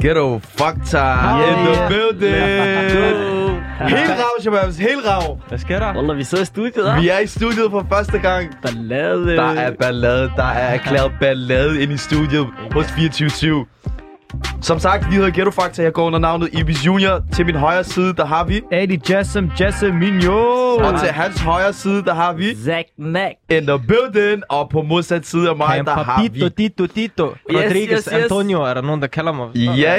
Ghetto Fakta in the building. Helt rav, Shababs. Helt rav. Hvad sker der? Wallah, vi sidder i studiet, hva'? Vi er i studiet for første gang. Ballade. Der er ballade. Der er erklæret ballade ind i studiet hos 24/7. Som sagt, vi hedder Ghetto Fakta. Jeg går under navnet Ibis Junior. Til min højre side, der har vi Adi Jasminho. Og til hans højre side, der har vi Zack Mac. in the building. Og på modsat side af mig, der har vi Dito. Rodriguez Antonio, er der nogen, der kalder mig? Ja.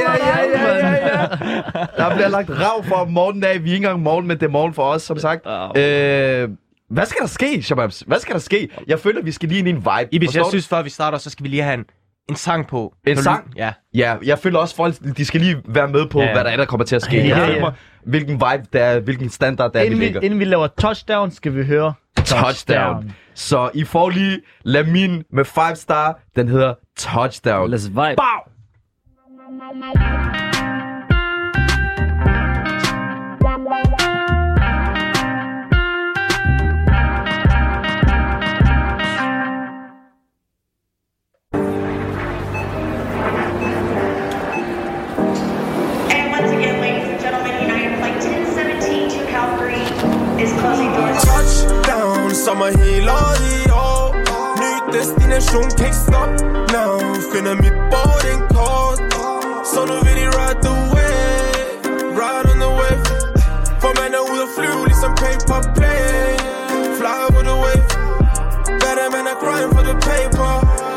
Der bliver lagt rav for morgenen af. Vi er ikke engang morgen, men det er morgen for os, som sagt. Hvad skal der ske, Shababs? Hvad skal der ske? Jeg føler, vi skal lige ind i en vibe. Ibis, jeg synes, før vi starter, så skal vi lige have en sang på. En sang? Ja. Ja, jeg føler også, folk de skal lige være med på, hvad der kommer til at ske. Jeg føler mig, hvilken vibe der er, hvilken standard der er, vi ligger. Inden vi laver touchdown, skal vi høre Touchdown. Så I får lige Lamin med 5 star. Den hedder Touchdown. Let's vibe. Bow! Sommer hele året i år. Ny destination, can't stop now. Finder mit boarding kort. Så nu vil de ride the wave. Ride on the wave. For man er ude at flyve ligesom paper play. Fly over the wave. Better man er grind for the paper.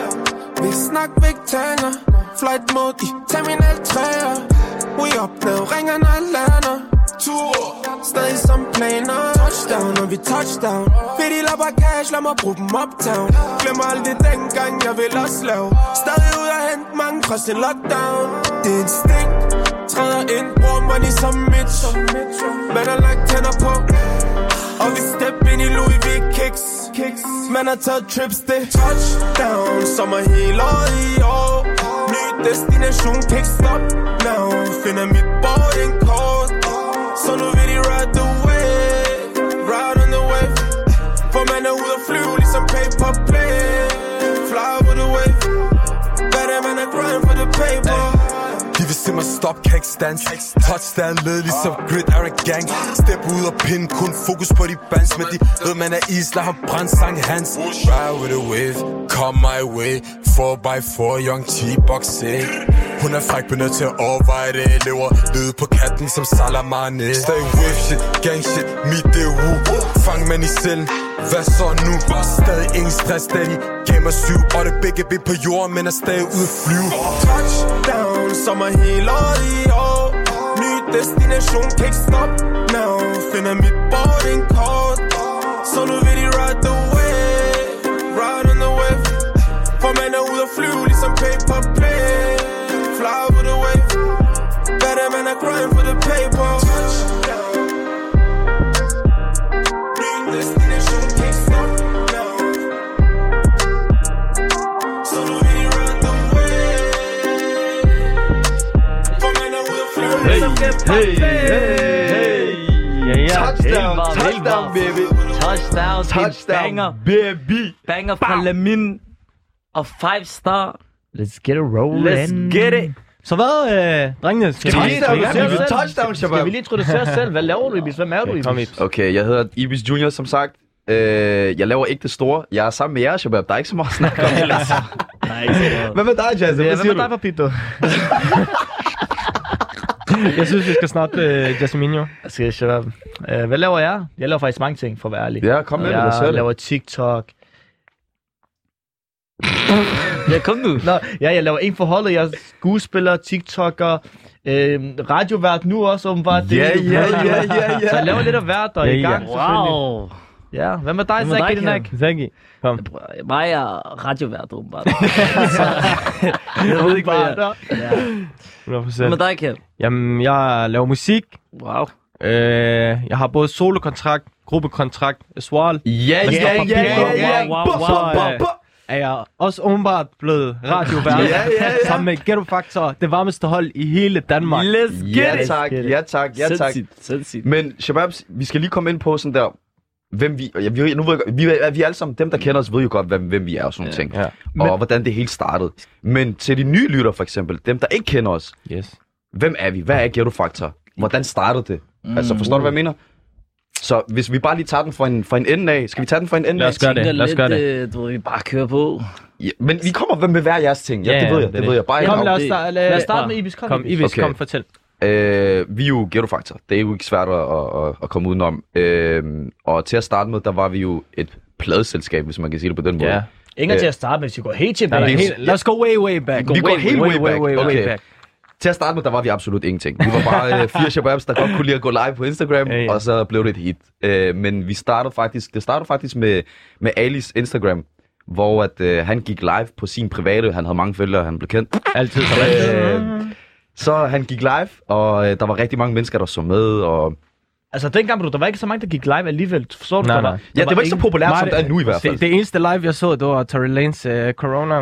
Vi snak væk tanger. Flight mode i terminal 3'er. We up now, ringer når jeg lander. Tur, stadig som planer. Touchdown, når vi touchdown. Fedt i lapper cash, lad mig bruge dem uptown. Glemmer aldrig dengang, jeg vil også lave. Stadig ud at hente mange trods en lockdown. Det er instinkt, træder ind, bruger money som Mitch. Man har lagt hænder på, og vi step ind i Louis V kicks. Man har taget trips, det touchdown. Sommer hele året i år. Ny destination, can't stop now. Finder mit boarding kort. Så nu vil de ride the wave. Ride on the wave. For man er ude at flyve ligesom paper play. Fly over the wave. Better man er grind for the paper. De vil se mig stop, kan ikke stands. Touchdown led ligesom Grit Eric Gang. Step ud og pinde, kun fokus på de bands. Men de ved man er is, lad ham brænde sang hans. Ride with the wave, come my way. 4x4, young T-box, hun er fræk, bliver nødt til at overveje det. Lever lyd på katten som Salamane. Stay with shit, gang shit, meet the woo. Fang man i cellen, hvad så nu? Stadig ingen stress, stadig gamer 7. Og det begge ben på jorden, men er stadig ude at flyve. Touchdown, sommer hele året i år. Ny destination, can't stop now. Finder mit boarding kort. Så nu vil de ride the wave. Ride on the wave. For man er ude at flyve ligesom paper play. Fly over the wave. Better man er grind for the paper. New destination, can't stop now. So do we ride the wave. For man er ude at flyve ligesom paper play. Touchdown, baby. Touchdown, baby. Banger fra Lamin og 5 star. Let's get it rolling. Let's get it. Så hvad, drengene? Skal vi lige introducere os selv? Hvad laver du, Ibis? Hvem er du, Ibis? Okay, jeg hedder Ibis Junior, som sagt. Jeg laver ikke det store. Jeg er sammen med jer, Shabab. Der er ikke så meget at snakke om. Hvad med dig, Jazz? Hvad med dig, Papito? Jeg synes, vi skal snart Jasminho. Hvad laver jeg? Jeg laver faktisk mange ting, for at være ærlig. Ja, kom med det. Jeg laver TikTok. Ja, kom nu. Nå, jeg laver en forholdet. Jeg er skuespiller, TikToker, radiovært nu også, åbenbart. Ja. Så jeg laver lidt af hvert og i gang, Wow. Ja, hvad med dig, Zaki, kom. Mig er radiovært, åbenbart. Jeg ved ikke, hvad jeg er. Ja. 100%. Hvad med dig, Kjell? Jamen, jeg laver musik. Wow. Jeg har både solokontrakt, gruppekontrakt, Swal. Ja. Er jeg også åbenbart blevet radiovært sammen med Ghetto Fakta, det varmeste hold i hele Danmark. Let's get it! Ja tak. Sindssygt. Men Shababs, vi skal lige komme ind på sådan der. hvem vi... Ja, nu ved jeg, vi alle sammen, dem der kender os, ved jo godt, hvem vi er og sådan nogle ting. Ja. Og hvordan det hele startede. Men til de nye lytter for eksempel, dem der ikke kender os, hvem er vi? Hvad er Ghetto Factor? Hvordan startede det? Altså, forstår du, hvad jeg mener? Så hvis vi bare lige tager den fra en ende af, skal vi tage den fra en ende af? Lad os gøre det. Du ved, vi bare kører på. Ja, men vi kommer med hver jeres ting. Ja, det ved jeg. Bare kom, lad os starte med Ibis. Kom, Ibis, kom, fortæl. Vi er jo Ghetto Factor. Det er jo ikke svært at komme udenom. Og til at starte med, der var vi jo et pladeselskab, hvis man kan sige det på den måde. Ja. Ingen til at starte med, hvis vi går helt tilbage. Lad os gå way back. Vi går helt way back. Til at starte med, der var vi absolut ingenting. Vi var bare 4 shababs, der godt kunne lide at gå live på Instagram, og så blev det et hit. Men det startede faktisk med Alis Instagram, hvor at, han gik live på sin private. Han havde mange følgere, han blev kendt. Altid. Så han gik live, og der var rigtig mange mennesker, der så med. Og... Altså dengang, der var ikke så mange, der gik live alligevel. Forstår du? Nej. Ja, det var ikke så populært, som det er nu i hvert fald. Det eneste live, jeg så, det var Tory Lanes Corona.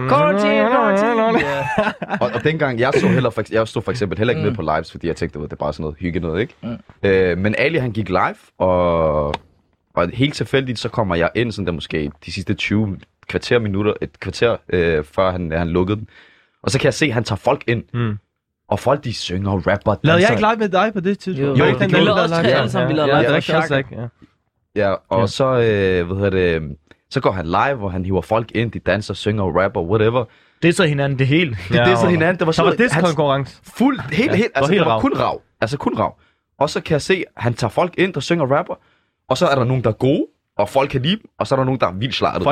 Og dengang, jeg stod for eksempel heller ikke med på lives, fordi jeg tænkte, det var bare sådan noget hygge noget, ikke? Men Ali, han gik live, og helt tilfældigt, så kommer jeg ind, sådan der måske de sidste 20 kvarter, før han lukkede den. Og så kan jeg se, at han tager folk ind. Og folk, de synger og rapper. Lavede jeg ikke live med dig på det tidspunkt? Jo, det lavede også tre alle sammen, vi lavede live. Det var ikke. Ja, og så, så går han live, hvor han hiver folk ind, de danser, synger og rapper, whatever. Det er så hinanden det hele. Det er så hinanden. Det var så konkurrence. Helt, altså det var kun rav. Altså kun rav. Og så kan jeg se, at han tager folk ind, der synger og rapper. Og så er der nogen, der er gode, og folk kan lide dem, og så er der nogen, der er vildt slartet.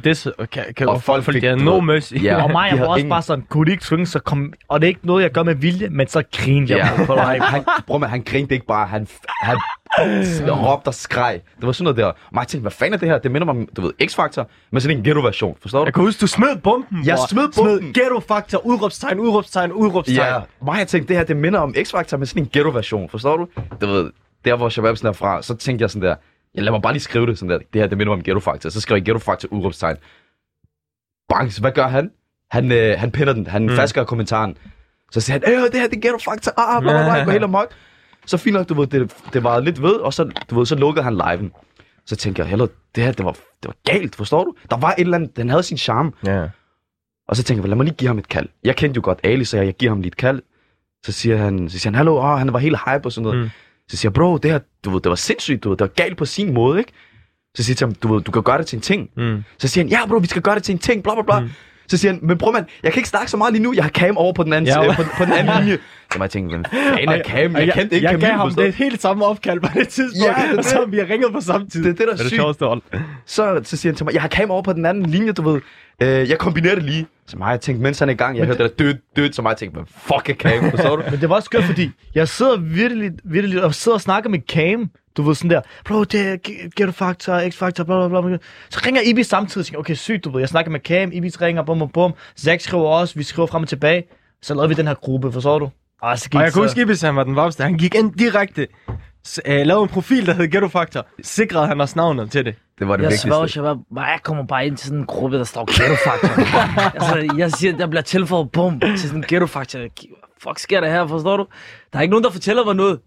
Folk fik no mercy. Ja, og mig, jeg var også bare sådan, kunne de ikke synge, så kom... Og det er ikke noget, jeg gør med vilje, men så griner jeg. Han grinede ikke bare, han råbte og skreg. Det var sådan noget der. Og mig tænkte, hvad fanden er det her? Det minder mig om, du ved, X-Factor, men sådan en ghetto-version, forstår du? Jeg kan huske, du smed bomben. Jeg smed bomben. Ghetto-Factor, udråbstegn. Ja, mig jeg tænkte, det her, det minder om X-Factor, men sådan en ghetto-version, forstår du? Du ved, der hvor Shababsen er fra, så tænkte jeg sådan der, lad mig bare lige skrive det sådan der. Det her, det minder mig om Ghetto Factor. Så skriver jeg Ghetto Factor udråbstegn. Bangs, hvad gør han? Han pinder den. Han fastgør kommentaren. Så siger han, det her, det er Ghetto Factor. Går helt amok. Så fint nok, du ved, det var lidt ved, og så, du ved, så lukkede han liven. Så tænker jeg, det her, det var galt, forstår du? Der var et eller andet, den havde sin charme. Yeah. Og så tænker jeg, lad mig lige give ham et kald. Jeg kendte jo godt Ali, så jeg giver ham lige et kald. Så siger han, hallo, han var helt hype og sådan noget. Så siger jeg, bro, det her, du ved, det var sindssygt, du ved, det var galt på sin måde, ikke? Så siger jeg til ham, du kan gøre det til en ting. Så siger han, ja bro, vi skal gøre det til en ting, bla bla bla. Så siger han, men bror mand, jeg kan ikke snakke så meget lige nu, jeg har Cam over på den anden, på den anden linje. Så jeg tænkte, hvad fanden er Cam? Jeg kendte ikke Cam. Jeg gav ham det helt samme opkald på det tidspunkt, som vi har ringet på samme tid. Det er det, der er sygt. Så siger han til mig, jeg har Cam over på den anden linje, du ved. Jeg kombinerer det lige. Så mig, jeg tænkte, mens han er i gang, jeg hørte det der død, så mig, jeg tænkte, hvad fuck er Cam, forstår du? Men det var også skørt, fordi jeg sidder virkelig og sidder og snakker med Cam. Du ved sådan der, bro, det er Ghetto Factor, X-Factor, bla bla bla. Så ringer Ibis samtidig og siger, okay, sygt, du ved, jeg snakker med Cam, Ibis ringer, bum. Zack skriver også, vi skriver frem og tilbage. Så lavede vi den her gruppe, forstår du? Og jeg kunne huske, Ibis, han var den varmeste. Han gik ind direkte, lavede en profil, der hed Ghetto Factor. Sikrede han os navnet til det. Det var det vigtigste. Jeg kommer bare ind til sådan en gruppe, der står Ghetto Factor. Altså, jeg siger, der bliver tilføjet bum til sådan en Ghetto Factor. Fuck sker der her, forstår du? Der er ikke nogen, der fortæller mig noget.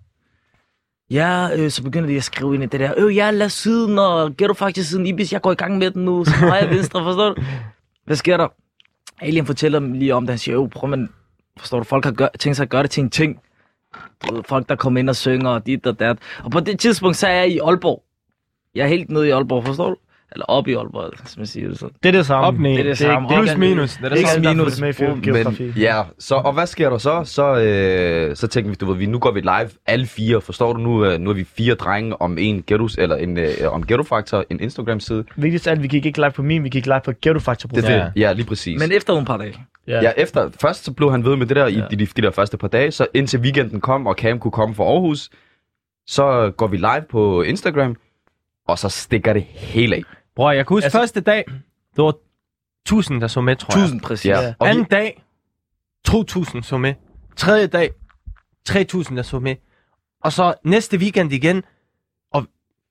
Ja, så begynder de at skrive ind i det der. Jeg lader siden, og Ghetto Factor siden Ibis, jeg går i gang med den nu. Så højre venstre, forstår du? Hvad sker der? Alien fortæller dem lige om det. Han siger, prøv, men forstår du, folk har tænkt sig at gøre det til en ting. Folk, der kommer ind og synger, og dit og dat. Og på det tidspunkt, så er jeg i Aalborg. Jeg er helt nede i Aalborg, forstår du? Eller op i Aalborg, som man siger det sådan. Det er det samme. Op, det er det samme. Plus minus. Det er det samme minus med geografi. Men ja, så, og hvad sker der så? Så tænker vi, du ved, nu går vi live alle 4, forstår du? Nu er vi 4 drenge om en Ghetto, eller om Ghetto Factor, en Instagram-side. Vigtigst af alt, vi gik ikke live på min, vi gik live på Ghetto Factor. Ja, lige præcis. Men efter nogle par dage. Ja, efter. Først så blev han ved med det der i de der første par dage, så indtil weekenden kom, og Cam kunne komme fra Aarhus, så går vi live på Instagram, og så stikker det hele af. Bror, jeg kan huske første dag, det var 1000, der så med, tror jeg. 1000, præcis. Ja. Anden dag, 2000 så med. Tredje dag, 3000, der så med. Og så næste weekend igen, og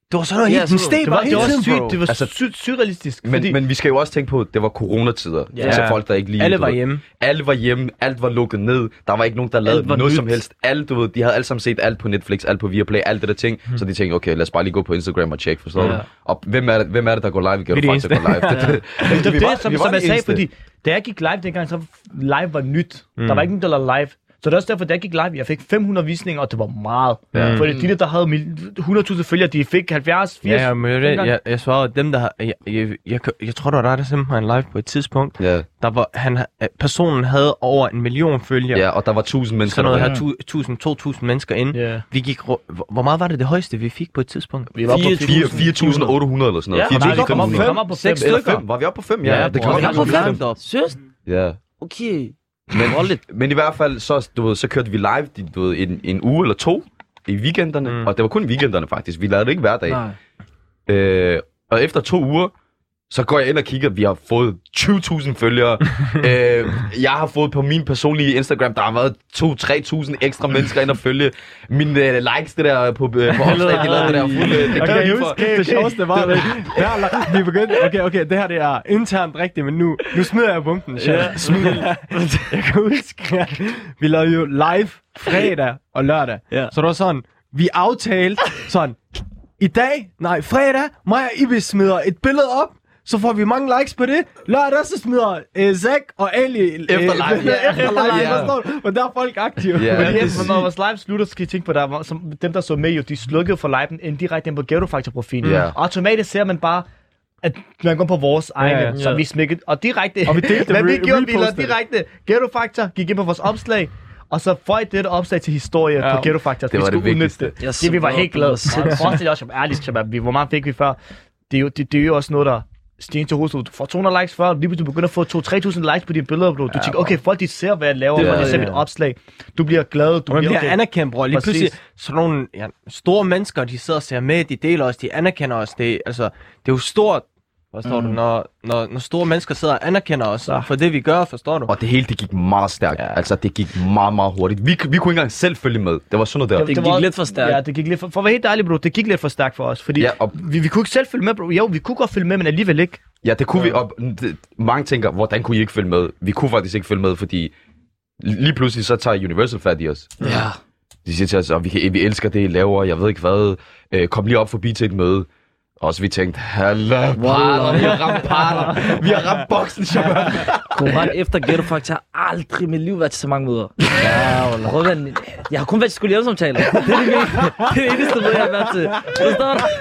Det var sådan noget helt... Den steg bare Det var hele tiden, sygt, bro. det var Altså, surrealistisk. Men vi skal jo også tænke på, at det var coronatider. Ja. Altså folk, der ikke lige... Alle du var ved, hjemme. Alle var hjemme, alt var lukket ned. Der var ikke nogen, der lavede var noget nyt. som helst. Alle, du ved, de havde alle sammen set alt på Netflix, alt på Viaplay, alt det der ting. Så de tænkte, okay, lad os bare lige gå på Instagram og tjekke, forstår du? Og hvem er det, der går live? Vi er de faktisk går live. Som jeg sagde, fordi da jeg gik live dengang, så live var nyt. Der var ikke nogen, der lavede live. Så det er også derfor, da jeg gik live, jeg fik 500 visninger, og det var meget. Ja. Fordi de der havde 100.000 følgere, de fik 70, 80. Ja, men jeg svarede, dem der har... Jeg tror, der var der simpelthen live på et tidspunkt. Ja. Der var, personen havde over 1 million følgere. Ja, og der var 1000 mennesker. Sådan noget her, 2.000 mennesker ind. Ja. Vi gik... Hvor meget var det højeste, vi fik på et tidspunkt? Vi var på 4.800 eller sådan noget. Ja, 4.500. vi kommer på 5 Eller 5. Var vi oppe på 5? Ja, det bror, kom vi vi var på på 5. fem. Seriøst? Ja. Okay. Men i hvert fald, så kørte vi live en uge eller 2 i weekenderne. Og det var kun weekenderne faktisk. Vi lavede det ikke hver dag. Nej. Og efter 2 uger, så går jeg ind og kigger, vi har fået 20.000 følgere. Jeg har fået på min personlige Instagram, der har været 2-3.000 ekstra mennesker ind og følge. Mine likes, det der på opslag, de lavede det der fulde. Okay, jeg husker, det sjoveste var det. Vi begyndte, okay, det her det er internt rigtigt, men nu smider jeg bunken. Jeg kan huske, vi lavede jo live fredag og lørdag. Ja. Så det var sådan, vi aftalte sådan, fredag, mig og Ibi smider et billede op, så får vi mange likes på det. Lørdag så smider Zach og Ali Efter live. Men der er folk aktive. Ja, Men det- når vores live slutter, skal I tænke på, der som dem, der så med, jo, de slukkede for liven ind direkte ind på Ghetto-Factor-profilen. Ja. Automatisk ser man bare, at man går på vores egne, ja. så vi smækkede, og direkte, Og vi delte hvad vi gjorde, vi lavede repostede. direkte Ghetto-Factor, gik ind på vores opslag, og så føj dette opslag til historie på Ghetto-Factor. Det var det vigtigste. Det vi var helt glade. Forestil jer også, ærligt, Shabab, hvor meget fik vi før? Det er jo også noget, der stiger til hovedet. Du får 200 likes før, lige pludselig begynder at få 2-3.000 likes på dine billeder, bro. Du tænker, okay, folk de ser, hvad jeg laver, folk de ser mit opslag. Du bliver glad, du Man bliver okay. anerkendt, bror. Lige Præcis. pludselig, sådan nogle store mennesker, de sidder og ser med, de deler os, de anerkender os. Det er jo stort, forstår du, når store mennesker sidder og anerkender os for det, vi gør, forstår du? Og det hele, det gik meget stærkt. Ja. Altså, det gik meget, meget hurtigt. Vi kunne ikke engang selv følge med. Det var sådan noget der. Det gik lidt for stærkt. Ja, det gik lidt for at være helt ærlig, bro, det gik lidt for stærkt for os, fordi Ja, og- vi kunne ikke selv følge med, bro. Jo, vi kunne godt følge med, men alligevel ikke. Ja, det kunne vi. Og mange tænker, hvordan kunne I ikke følge med? Vi kunne faktisk ikke følge med, fordi lige pludselig så tager Universal fat i os. Ja. De siger til os, at vi elsker det, I laver, jeg ved ikke hvad. Kom lige op forbi til et møde. Og så vi tænkte, parter, vi har ramt parter. Vi har ramt boksen, Shabab. Koran efter Ghetto Factor har aldrig i mit liv været til så mange møder. Jeg har kun været til skolehjælpssamtaler. Det er det eneste møde, jeg har været til. Forstår du?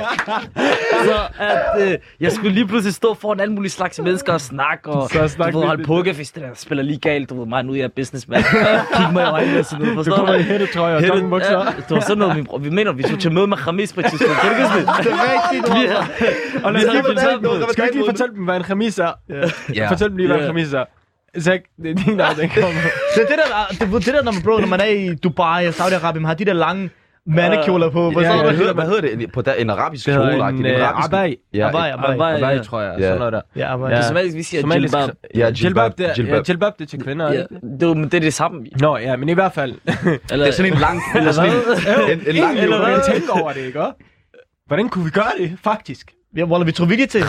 Så at jeg skulle lige pludselig stå foran alle mulige slags mennesker og snakke, og du ved, holde pokerfest, det der spiller lige galt, du ved, mig nu er jeg businessman. Kig mig i øjnene og sådan noget, forstår du? Du kommer i hættetrøje og jongbukser. Det var sådan noget, min bror. Vi mener, vi skulle til møde med Khamis på et tidspunkt. Kan du ikke huske det? Det er rigtigt, Og lad os lige fortælle fortælle dem, hvad en khamis er. Ja. Fortæl dem lige, hvad en khamis er. Zach, det er din navn, den kommer. Så det der, når man er i Dubai og Saudi-Arabien, man har de der lange mandekjoler på. Hvad hedder det? På en arabisk Det hedder kjole? en abai. Ja, Abai, tror jeg. Sådan noget der. Ja, Det er somalisk, vi siger jilbab. ja, Jilbab, jilbab. jilbab, det er til kvinder. Ja, det er det samme. Nå, ja, men i hvert fald. Eller, Det er sådan en lang... eller hvad? en lang Eller kjole. hvad tænker over det, ikke? Hvordan kunne vi gøre det, faktisk? Ja, Wallah, vi tog vilje til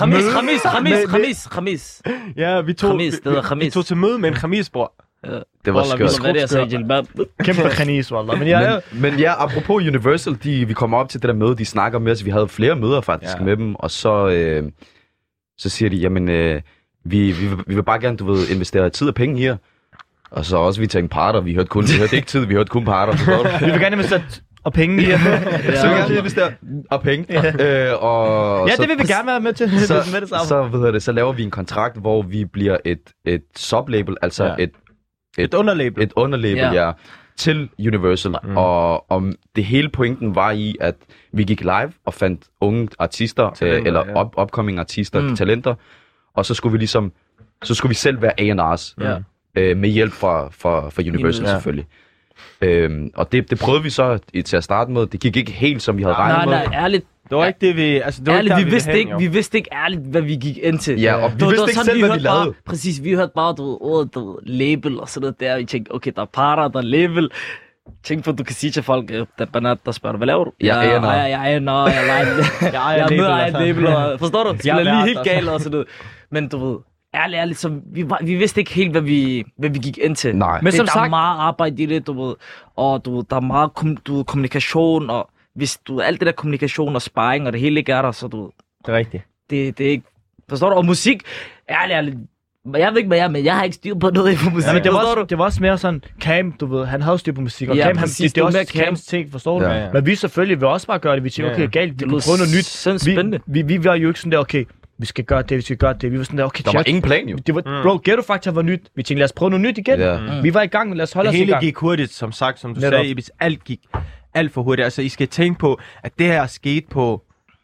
Khamis. Ja, vi tog, Khamis, det hedder khamis. vi tog til møde med en khamis, bror. Det var Eller skørt. hvad det er, jeg sagde jilbab. kæmpe kanis, Wallah. Men ja, Men ja, apropos Universal, vi kommer op til det der møde, de snakker med os. Vi havde flere møder faktisk med dem, og så siger de, jamen, vi vil bare gerne, du ved, investere tid og penge her. Og så også, vi tænkte parter, vi hørte ikke tid, vi hørte kun parter. vi vil gerne investere og penge her. Så vi gerne investere og penge. Og Ja, så, det vil vi gerne være med til. med det samme. så laver vi en kontrakt, hvor vi bliver et sublabel, altså Et underlabel. et underlabel, til Universal. Og det hele pointen var i, at vi gik live og fandt unge artister, eller upcoming artister, talenter, og så skulle vi selv være A&R's, med hjælp fra Universal selvfølgelig. Og det prøvede vi så til at starte med. Det gik ikke helt, som vi havde regnet med. Nej, ærligt. Det var ikke det, vi... Altså, det var Ærligt, ikke vi vidste ikke ærligt, hvad vi gik ind til. Ja, og vi vidste ikke selv, hvad vi lavede. Præcis, vi hørte bare, ordet label og sådan noget der. Vi tænkte, okay, der er parter, der er label. tænk på, at du kan sige til folk, der spørger dig, hvad laver du? Jeg er noget. Jeg er noget, jeg er med af et label, og forstår du? Det bliver lige helt galt og sådan noget. Men du ved, ærligt, så vi vidste ikke helt, hvad vi gik ind til. Nej. Men som sagt, der er meget arbejde i det, du ved, og du ved, der er meget kommunikation, og hvis du alt det der kommunikation og sparring, og det hele ikke er der, så du ved, Det er rigtigt. det er ikke, forstår du? Og musik, ærligt, jeg ved ikke, hvad jeg er, men jeg har ikke styr på noget på musik. Ja, men det forstår du? det var også mere sådan, Cam, du ved, han havde styr på musik, og Ja, Cam, præcis, det er det var også mere Cams ting, forstår du? Ja, ja. Men vi selvfølgelig vil også bare gøre det, vi tænker, Ja, okay, ja. galt, vi Det kunne lyder prøve noget nyt. sindssygt spændende. Vi var jo ikke sådan der, okay, vi skal gøre det, vi var sådan der, okay, Der var chat. ingen plan jo. Det var, bro, Ghetto Factor var nyt. Vi tænkte, lad os prøve noget nyt igen. Ja. Vi var i gang, lad os holde Det os i hele gang. gik hurtigt, som sagt, som du Netop. sagde, Ibis. Alt gik alt for hurtigt. Altså, I skal tænke på, at det her skete på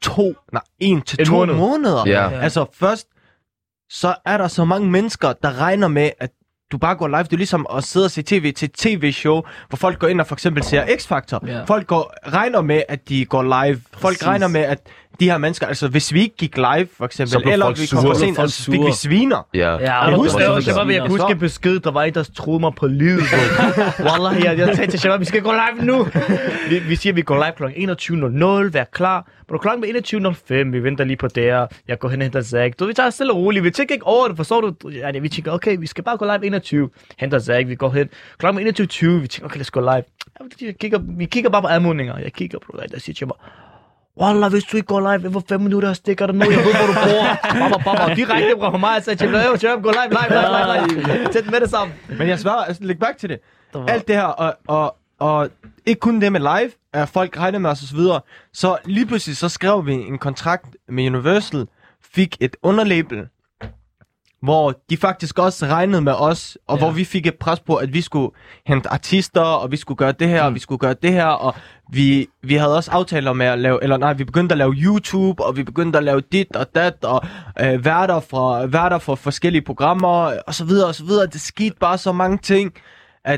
1 til 2 måneder. Ja. Altså, først, så er der så mange mennesker, der regner med, at du bare går live. Det er ligesom at sidde og se tv til et tv-show, hvor folk går ind og for eksempel ser X-Factor. Ja. Folk regner med, at de går live. Folk regner med, at de her mennesker, altså hvis vi ikke gik live, for eksempel, Så blev eller folk vi sure. kom for Så sent, blev folk altså, fik vi sure. sviner. Ja. Ja, Jeg husker, det var det sådan, var, jeg kan huske en besked, der var en, der troede mig på livet, bro. Wallah, jeg sagde til Shabab, vi skal gå live nu. Vi siger, vi går live kl. 21.00, vær klar. Bro, klokken er 21.05, vi venter lige på det. Jeg går hen og henter Zach. Vi tager stille og roligt, vi tænker ikke over det, forstår du? Ja, vi tænker, okay, vi skal bare gå live 21. Henter Zach, vi går hen. Klokken er 21.20, vi tænker, okay, lad os gå live. Vi kigger bare på anmodninger. Jeg kigger, bro, der siger til mig, Wallah, hvis du ikke går live inden for 5 minutter, stikker der ned, jeg ved, hvor du bor. Baba, direkte fra mig, og sagde til mig, gå live. Tæt med det sammen. Men jeg svarer, altså, læg mærke til det. Alt det her, og ikke kun det med live, at folk regner med os og så videre. Så lige pludselig, så skrev vi en kontrakt med Universal, fik et underlabel, hvor de faktisk også regnede med os, og hvor vi fik et pres på, at vi skulle hente artister, og vi skulle gøre det her, og vi skulle gøre det her, og vi havde også aftaler med at lave, vi begyndte at lave YouTube, og vi begyndte at lave dit og dat, og værter for forskellige programmer, og så videre, og så videre. Det skete bare så mange ting, at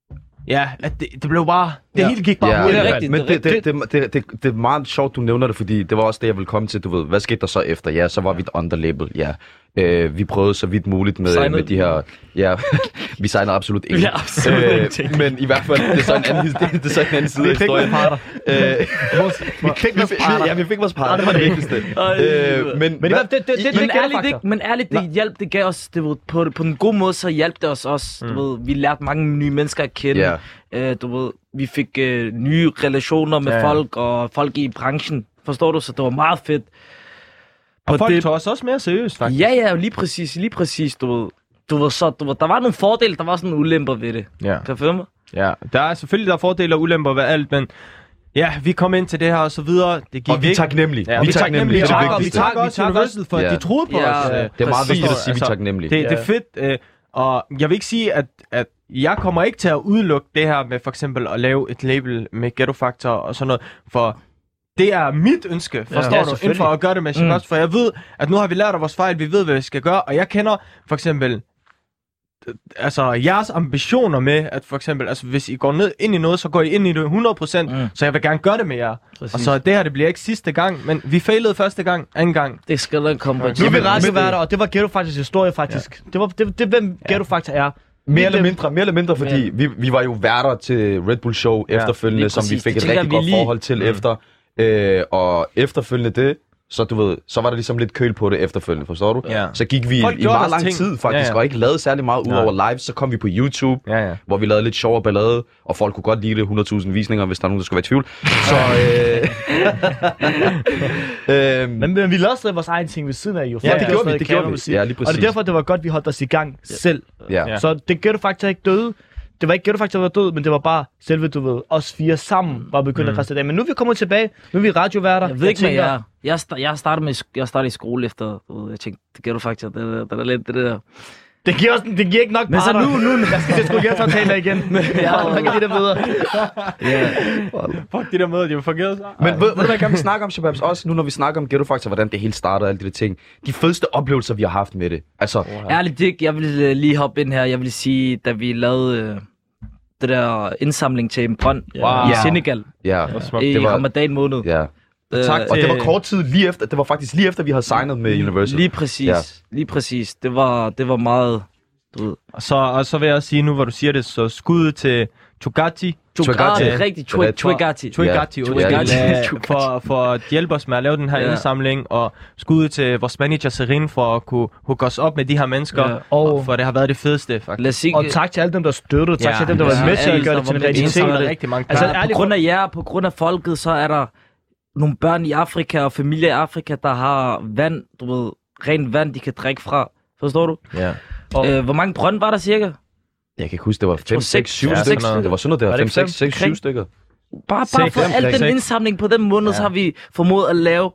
det blev bare, det hele gik bare det er hurtigt. rigtigt. Men det er meget sjovt, du nævner det, fordi det var også det, jeg ville komme til. Du ved, hvad skete der så efter? Ja, så var vi et underlabel, ja. Vi prøvede så vidt muligt med de her... Ja, vi signede absolut ikke. Ja, absolut ingenting. Men i hvert fald, det er så en anden, side af historien. Vi fik vores parter, det var det vigtigste. Men ærligt, det hjalp, det gav os, det ved, på en god måde, så hjalp det os også. Du ved, vi lærte mange nye mennesker at kende. Du ved, vi fik nye relationer med folk, og folk i branchen. Forstår du? Så det var meget fedt. Og folk tog os også mere seriøst, faktisk. Ja, lige præcis, du ved, der var nogle fordele, der var sådan nogle ulemper ved det. Ja. Kan du følge mig? Ja, der er selvfølgelig fordele og ulemper ved alt, men ja, vi kom ind til det her og så videre. Det gik og vi er taknemmelige. Ja, Vi er taknemmelige. Vi takker også Universal for, at de troede på os. Det er meget vigtigt at sige, at vi er taknemmelige. Det er fedt, og jeg vil ikke sige, at jeg kommer ikke til at udelukke det her med for eksempel at lave et label med Ghetto Factor og sådan noget, for det er mit ønske, forstår du, inden for at gøre det med Shabazz, for jeg ved, at nu har vi lært af vores fejl, vi ved, hvad vi skal gøre, og jeg kender for eksempel altså jeres ambitioner med, at for eksempel, altså hvis I går ned ind i noget, så går I ind i det 100%, så jeg vil gerne gøre det med jer. Præcis. Og så det her, det bliver ikke sidste gang, men vi failede første gang, anden gang. Det skal der komme på. Nu er vi radioværter, og det var Ghetto Factors historie faktisk. Det er hvem Ghetto Factor er. Mere eller mindre, fordi vi var jo værter til Red Bull Show efterfølgende, som vi fik et rigtig godt forhold til efter. Og efterfølgende det, så du ved, så var der ligesom lidt køl på det efterfølgende, forstår du? Ja. Så gik vi i meget lang tid faktisk, og ikke lavede særlig meget ud over live. Så kom vi på YouTube, hvor vi lavede lidt sjov og ballade, og folk kunne godt lide det, 100.000 visninger, hvis der er nogen, der skulle være i tvivl. Så, men vi lavede stadig vores egen ting ved siden af, jo. Ja, det gjorde vi. Ja, lige præcis. Og det er derfor, det var godt, vi holdt os i gang selv. Ja. Så det Ghetto Factor ikke døde. Det var ikke Ghetto Factor, der var død, men det var bare selve, du ved, os fire sammen var begyndt at reste af. Men nu er vi kommet tilbage. Nu er vi radioværter. Jeg ved ikke, hvad jeg er. Jeg startede i skole efter, jeg tænkte, det Ghetto Factor, det er lidt det der. Det giver ikke nok men parter. så nu jeg skal sgu gerne tage der igen. Ja, man kan lide det videre. Fuck de der møder, de var forgævet sig. Men ved du hvad, kan vi snakke om, Shabazz, også nu når vi snakker om Ghetto Factor, hvordan det hele startede og alle de der ting. De fedeste oplevelser, vi har haft med det. Altså, ærligt, Dick, jeg vil lige hoppe ind her. Jeg vil sige, da vi lavede det der indsamling til en brønd i Senegal i Ramadan måned. Ja. Tak. Og det var kort tid lige efter. Det var faktisk lige efter, vi havde signet med Universal. Lige præcis. Det var meget, du ved. Og så vil jeg også sige nu, hvor du siger det, så skud til Twigati. Twigati, rigtigt. Twigati. For at hjælpe os med at lave den her indsamling, og skud til vores manager Serin for at kunne hooke os op med de her mennesker, og for det har været det fedeste, faktisk. Og tak til alle dem, der støttede, tak til dem, der var med til at gøre det til en realitet. Rigtig mange på grund af jer, på grund af folket, så er der nogle børn i Afrika og familier i Afrika, der har vand, rent vand, de kan drikke fra. Forstår du? Ja. Hvor mange brønd var der cirka? Jeg kan ikke huske, det var 5, 6, 7 stykker. Det var sådan noget, der var 5, 6, 7 stykker. Bare for al den indsamling på den måned, så har vi formået at lave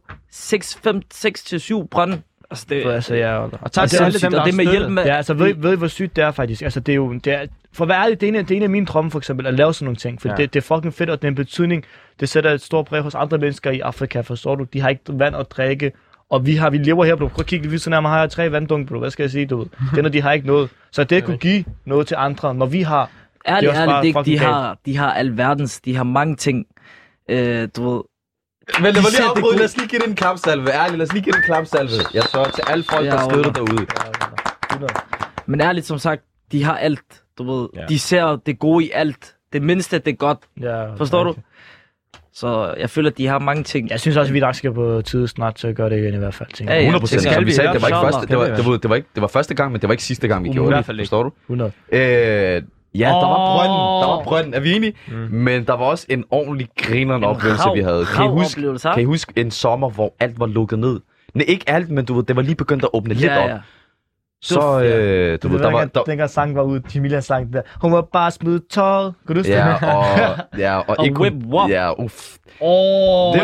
6-7 brønd. Altså, det, og tak til alle dem, der det med hjælp med... Ja, altså ved I, hvor sygt det er faktisk? Altså, det er jo... for at være ærlig, det er en af mine drømme, for eksempel, at lave sådan nogle ting. For det er fucking fedt, og det er en betydning. Det sætter et stort præg hos andre mennesker i Afrika, forstår du? De har ikke vand at drikke. Og vi lever her, bro. Prøv at kigge, vi så nærmere har jeg 3 vanddunk, bro. Hvad skal jeg sige, du ved? Den, de har ikke noget. Så det kunne give noget til andre, når vi har... Ærligt, de har alverdens, de har mange ting, du ved... Men lad mig lige afbryde, lad os lige give det en klapsalve. Ærligt, lad os lige give det en klapsalve. Jeg så til alle folk, der støtter derude. Men ærligt, som sagt, de har alt, du ved. De ser det gode i alt. Det mindste, det er godt. Forstår du? Så jeg føler, at de har mange ting. Jeg synes også, at vi nok skal på tide snart til at gøre det igen i hvert fald. 100%. Som vi sagde, det var ikke det var første gang, men det var ikke sidste gang, vi gjorde det. Forstår du? 100. Ja, der var brønden, er vi enige? Men der var også en ordentlig grinerende oplevelse, vi havde. Kan I huske en sommer, hvor alt var lukket ned? Nej, ikke alt, men du ved, det var lige begyndt at åbne lidt op. Så, du ved, der var... Dengang sang var ude, Jamilia sang der. Hun var bare smidt tøjet. Kan du huske det? Og whip wop. Ja, uff. Ved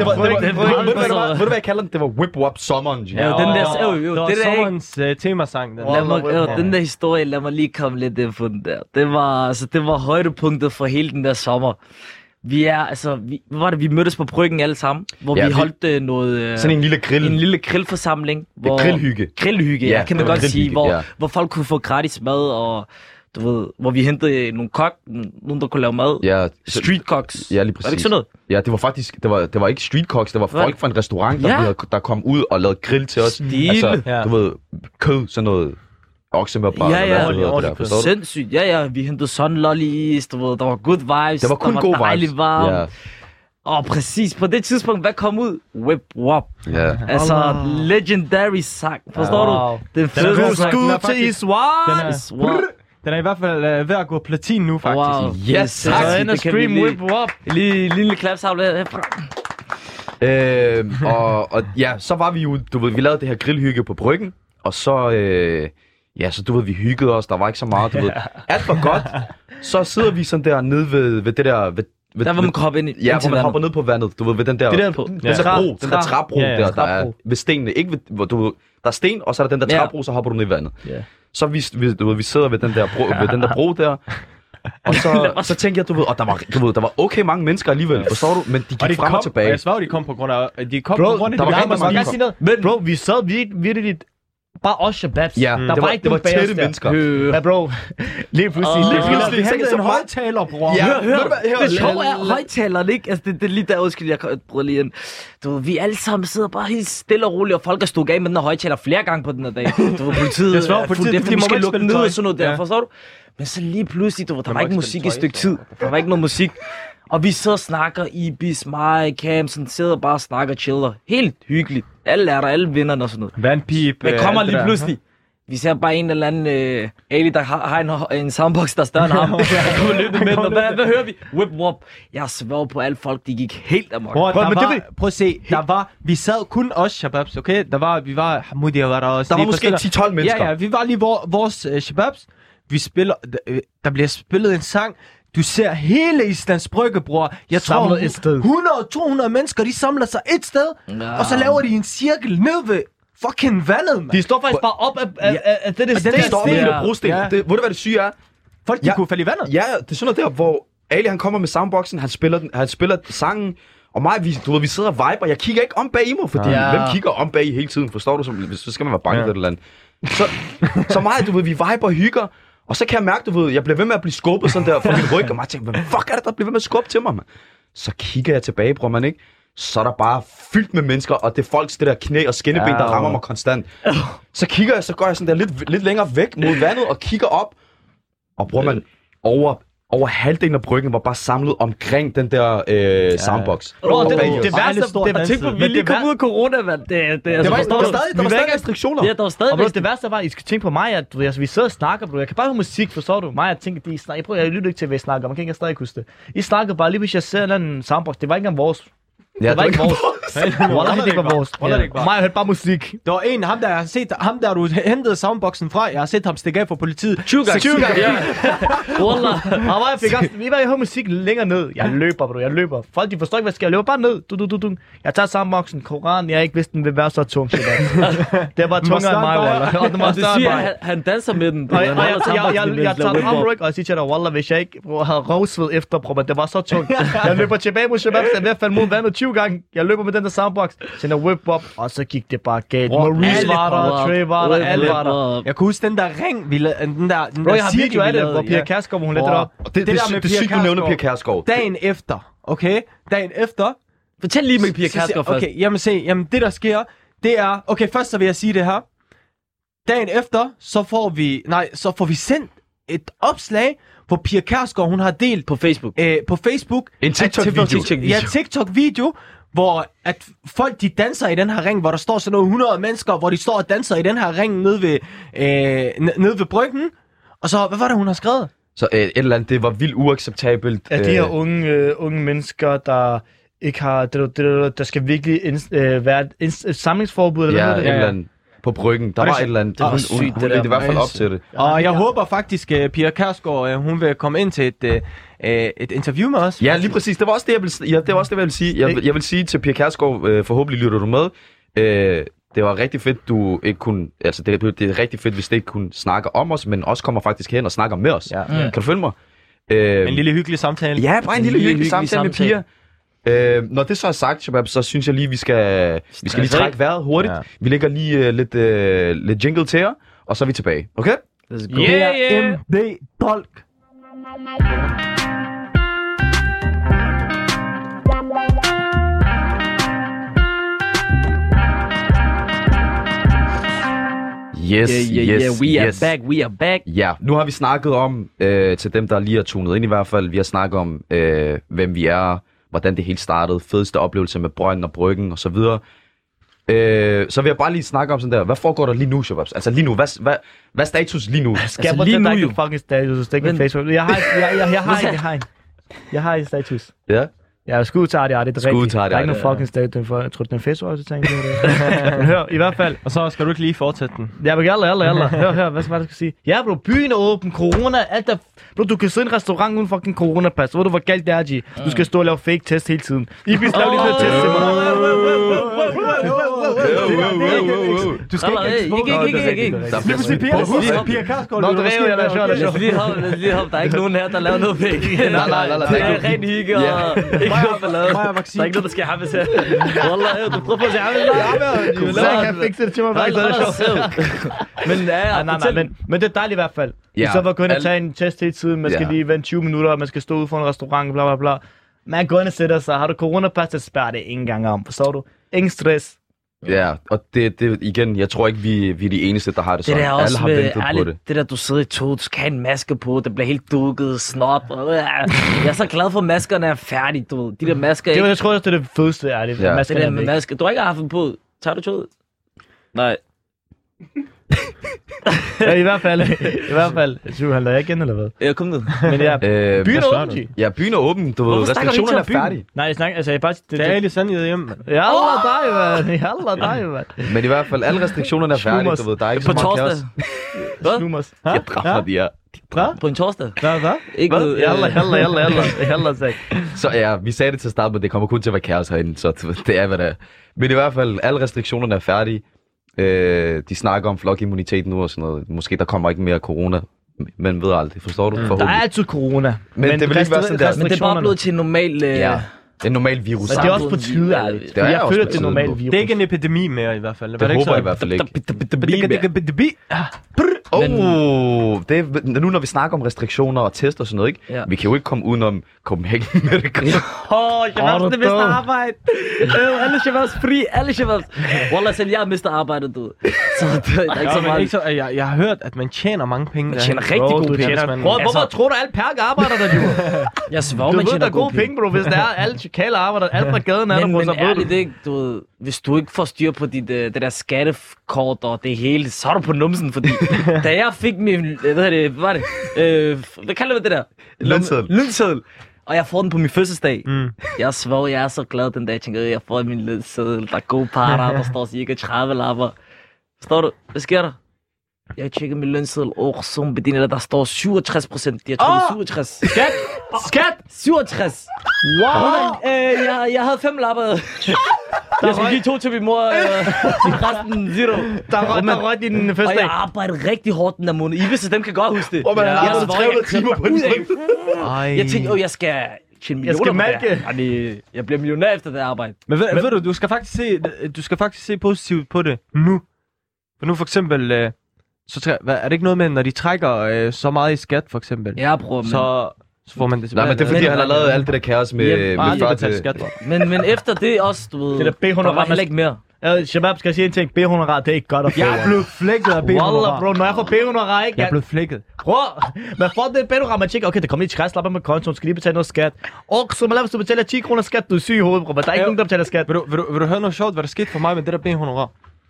du, hvad jeg kalder den? Det var whip wop sommeren. Ja, den der... Det var sommerens temasang. Den der historie, lad mig lige komme lidt ind på den der. Det var højdepunktet for hele den der sommer. Hvad var det, vi mødtes på Bryggen alle sammen, hvor vi holdt noget... sådan en lille grill. En lille grillforsamling. Grillhygge, ja, kan man godt sige. Hvor folk kunne få gratis mad, og du ved, hvor vi hentede nogle nogen der kunne lave mad. Ja. Street cooks. Ja, lige præcis. Var det ikke sådan noget? Ja, det var faktisk, det var ikke street cooks, det var folk fra en restaurant, der kom ud og lavede grill til os. Altså, du ved, kød, sådan noget... oksemørbræd. Ja. Sindssygt. Ja. Vi hentede sunlollies, du ved, der var good vibes. Det var kun god vibes. Dejligt varmt. Ja. Og præcis på det tidspunkt, hvad kom ud? Whip Wop. Ja. Altså, legendary sang. Forstår du? Den fede sang. Skud til Iswan. Den er i hvert fald ved at gå platin nu, faktisk. Wow. Yes, tak. Så ind og stream Whip Wop. Lille klapsavle herfra. Og ja, så var vi jo, du ved, vi lavede det her grillhygge på Bryggen. Og så... så du ved, vi hyggede os, der var ikke så meget, du ved. Alt var godt. Så sidder vi sådan der nede ved det der... Der hvor man kan hoppe ind i hvor man hopper ned på vandet, du ved, ved den der... Den der træbro der er ved stenene. Ikke ved, hvor du... Der er sten, og så er der den der træbro, så hopper du ned i vandet. Så vi sidder ved den der bro der. Og så tænkte jeg, du ved, og der var okay mange mennesker alligevel, forstår du? Men de gik frem og tilbage. Jeg svarer, de kom på grund af... Men bro, vi sad virkelig... Bare os shababs. Ja, der var ikke det var tætte mennesker. Men bro, lige pludselig... Vi hentede en højtaler, bror. Hør. Det sjove er højtalerne, ikke? Altså, det er lige der, undskyld, jeg bryder lige ind. Du ved, vi alle sammen sidder bare helt stille og roligt, og folk er stået af med den her højtaler flere gange på den her dag. Du ved, politiet de må lukke ned og sådan noget der, forstår du? Men så lige pludselig, du ved, der var ikke musik i et stykke tid. Der var ikke noget musik. Og vi sidder og snakker, Ibis, mig, Cam, sådan sidder bare og snakker og chiller. Helt hyggeligt. Alle er der, alle vinderne og sådan noget. Vandpip. Men kommer lige pludselig. Vi ser bare en eller anden Ali, der har en soundbox, der er større end ham. Hvad hører vi? Whip Wop. Jeg svær på alle folk, de gik helt amok. Prøv at se, vi sad kun os shababs, okay? Vi var Hamudi og var der også. Der var måske 10-12 mennesker. Ja, vi var lige vores shababs. Vi spiller, der bliver spillet en sang. Du ser hele Islands Brygge, bror. Jeg tror 100-200 mennesker, de samler sig et sted, og så laver de en cirkel ned ved fucking vandet, man. De står faktisk bare op af det sten. De står ved brosten. Ved du, hvad det syge er? Folk, de kunne falde i vandet. Ja, det er sådan noget der, hvor Ali, han kommer med soundboxen, han spiller sangen, og mig, vi sidder og viber. Jeg kigger ikke om bag i mig, fordi hvem kigger om bag i hele tiden? Forstår du? Så skal man være bange for et eller andet. Så mig, du ved, vi viber og hygger. Og så kan jeg mærke, du ved, jeg bliver ved med at blive skubbet sådan der fra min ryg, og jeg tænker, hvad fuck er det, der bliver ved med at skubbe til mig, man? Så kigger jeg tilbage, bror, man, ikke? Så er der bare fyldt med mennesker, og det er folks det der knæ og skinneben, der rammer mig konstant. Så går jeg sådan der lidt længere væk mod vandet og kigger op. Og bror, man, over over halvdelen af Bryggen var bare samlet omkring den der soundbox. Bro, det Og alle værste, store Og tænk på, vi er lige kommet ud af corona, mand. Der var stadig restriktioner. Ja, der var stadig Og bro, det værste var, at I skal tænke på mig, at du, altså, vi sidder og snakker, bro. Jeg kan bare høre musik, forstår du? Mig, jeg tænker, de snakker. Jeg lytter ikke til, hvad I snakker. Man kan ikke stadig huske det. I snakker bare lige, hvis jeg ser en eller anden soundbox. Det var ikke engang vores. Ja, Det var ikke vores. Wallahi, det ikke var vores. Wallahi, det ikke var. Mig, jeg hørte bare musik. Der var en, ham der du hentede soundboxen fra, jeg har set ham stikke af fra politiet. 20 gange. Ja. Wallah. Og mig, jeg fik også, vi var i hører musik længere ned. Jeg løber, bro. Jeg løber. Folk, de forstår ikke, hvad jeg skal. Jeg løber bare ned. Du. Jeg tager soundboxen, Koran. Jeg ikke vidste, den ville være så tung. Det var tungere end mig, Wallah. Og Og det siger, at han danser med den. Og jeg tager den om, og siger til dig, Wallah, hvis jeg ikke havde røvsved efter, bro, men det var så tungt. Jeg løber tilbage mod Shabab, så jeg er ved at falde mod vandet 20 gange. Jeg løber med den der soundbox, sender whip op, og så gik det bare galt. Maurice var der, Trey var der, alle var der. Jeg kunne huske den der ring, den der Bro, jeg har video af det, hvor Pia Kærsgaard, hvor hun letter op. Det er sygt, du nævner Pia Kærsgaard. Dagen efter, okay? Dagen efter. Fortæl lige med Pia Kærsgaard først. Okay, jamen det der sker, det er... Okay, først så vil jeg sige det her. Dagen efter, så får vi sendt et opslag, hvor Pia Kærsgaard, hun har delt På Facebook. på Facebook. En TikTok-video. Ja, TikTok-video, hvor at folk de danser i den her ring, hvor der står sådan noget 100 mennesker, hvor de står og danser i den her ring nede ved Bryggen. Og så, hvad var det, hun har skrevet? Så et eller andet, det var vildt uacceptabelt. At de her unge mennesker, der ikke har... Der skal virkelig være et samlingsforbud, eller Ja, hvad et det eller andet. På Bryggen. Der var et eller andet. Det var sygt, Hun det ledte der, i hvert fald op til det. Og jeg håber faktisk, at Pia Kærsgaard, hun vil komme ind til et interview med os. Ja, lige præcis. Det var også det, jeg ville sige. Jeg vil sige til Pia Kærsgaard, forhåbentlig lytter du med. Det var rigtig fedt, du ikke kunne... Altså, det er rigtig fedt, hvis det ikke kunne snakke om os, men også kommer faktisk hen og snakker med os. Ja. Kan du følge mig? En lille hyggelig samtale. Ja, bare en lille hyggelig samtale med Pia. Når det så er sagt, Shabab, så synes jeg lige, vi skal lige trække vejret hurtigt. Ja. Vi lægger lige lidt jingle til jer, og så er vi tilbage. Okay? Let's go. Yeah. MD Dolk. Yes, We are back. Ja, nu har vi snakket om, til dem, der lige er tunet ind i hvert fald, vi har snakket om, hvem vi er, hvordan det hele startede, fedeste oplevelse med Brønden og Bryggen og så videre. Så vil jeg bare lige snakke om sådan der, hvad foregår der lige nu, Shababs? Altså lige nu, hvad er status lige nu? Skal jeg lige lige nu nu fucking status, det er ikke Facebook. Jeg har en status. Ja? Ja, skud til Ardi, det er rigtigt. Skud til Der Ardi, er ikke nogen ja. fucking status for. Jeg tror, den er Facebook også, tænker jeg. Men hør, i hvert fald. Og så skal du ikke lige fortsætte den. Ja, men jalla. Hør, hvad skal jeg sige? Ja, bro, byen er åben, corona, alt er... Bro, du kan sidde i en restaurant uden fucking coronapas. Ved du, hvor galt det er, G? Du skal stå og lave fake test hele tiden. Ibis, lav lige noget test til mig. Du skal ikke... Lige præcis, Pia Kærsgaard. Nå, drev jeg, der Lad os lige hoppe. Der er ikke nogen her, der laver noget fake. Nej. Det er ren hygge og ikke noget ballade. Maja Der er vaccine. ikke noget, der skal hammes her. Wallah, du prøver på at sige hammes. Så kan jeg fikse det til mig, bare ikke noget sjovt. Men ja, Nej, men det er dejligt i hvert fald. I så var gå ind og tage en test hele tiden. Man skal lige vente 20 minutter, og man skal stå ude for en restaurant, bla bla bla. Man går ind og sætter sig. Har du coronapas, så spærrer det ingen gang om. Forstår du? Ingen stress. Ja, og det igen, jeg tror ikke, vi er de eneste, der har det det sådan. der Alle også har med, ventet på det. ærligt, det der, du sidder i tog, du skal have en maske på, det bliver helt dukket, snot. Jeg er så glad for, at maskerne er færdige, du ved. De der masker, Det var, ikke? jeg tror også, det er det fedeste, er det. Ja. Det der med maske. Du har ikke haft den på. Tager du toget? Nej. Ja, i hvert fald. Du handler jeg igen, eller hvad? Jeg kom ned. Men ja, byen er hvad åben, G. Ja, byen er åben, du ved, Hvorfor snakker du ikke restriktionerne er til byen? færdige. Nej, jeg snakker, altså jeg bare... Det er Ali Sandhed hjemme. Jalla dig, mand. Men i hvert fald, alle restriktionerne er færdige, du ved, der er ikke På så meget torsdag. kaos. Snumers. Jeg dræber de her. På en torsdag. Hvad? Ikke noget, Jalla, sag. Så ja, vi sagde det til start, men det kommer kun til at være kaos herinde, så det er, hvad det er. Men i hvert fald, alle restriktionerne er færdige. De snakker om flokimmunitet nu og sådan noget. Måske der kommer ikke mere corona, men ved aldrig. Forstår du? Der er Forhåbentlig. altid corona. Men det vil ikke være sådan der. Men det er bare blevet til en normal... Ja, en normal virus. Men det er også på tide, ærligt. Det er Jeg også føler, på det er tide normal nu. virus. Det er ikke en epidemi mere i hvert fald. Det håber jeg i hvert fald ikke. Nu når vi snakker om restriktioner og test og sådan noget, ikke? Ja. Vi kan jo ikke komme udenom Copenhagen Medical. Shababs, det bedste arbejde. Alle shababs fri, alle shababs. Wallah, selv jeg har mistet arbejdet, du. Så der er ikke så meget. Jeg har hørt, at man tjener mange penge. Man tjener rigtig gode penge. Hvorfor tror du, alle perker arbejder der, jo? Jeg svær, Du man ved, tjener der er gode penge, bro. Hvis der er alle chikaler arbejder, alt fra gaden er der, men så ved ærligt du. ikke, du ved, hvis du ikke får styr på det der skattekort og det hele, så er du på numsen, fordi da jeg fik min, hvad kalder vi det der? Lønseddel. Og jeg får den på min fødselsdag. Jeg svær, jeg er så glad den dag. Jeg tænker, jeg får min lønseddel. Der er gode parter, der står cirka 30 lapper. Forstår du? Hvad sker der? Jeg tjekker min lønseddel. Som bediener, der står 67%. Jeg tror, det er 67. Skat! 67! Wow! Jeg havde 5 lapper. Jeg skulle give 2 til min mor. Resten 0. Der røg din første Og dag. jeg arbejdede rigtig hårdt den der måned. Ibis, dem kan godt huske det. Hvor man har Jeg arbejdet svor, 300 timer på en dag. Jeg tænkte, jeg skal tjene millioner på det her. Jeg bliver millionær efter det arbejde. Men ved du, du skal faktisk se positivt på det nu. For nu for eksempel, er det ikke noget med, når de trækker så meget i skat, for eksempel? Ja, bror, men... Så får man det tilbage. Nej, men det er fordi, han har lavet alt det der kaos med før til... skat. Men efter det også, du ved, Det der der var heller ikke mere. Shabab skal sige en ting. B-honorar, det er ikke godt at få. Jeg er blevet flækket af Wallah, B-honorar. bro, når jeg får B-honorar, ikke? Jeg er blevet flækket. Bror, man får det B-honorar, man tjekker, okay, der kommer lige 60 lapper med kontoen, skal lige betale noget skat. Og så man lader, hvis du betaler 10 kroner skat, du er syg i hovedet, bro, men der er ikke nogen, der betaler skat. Vil du høre noget sjovt, hvad der skete for mig med det der B-honorar?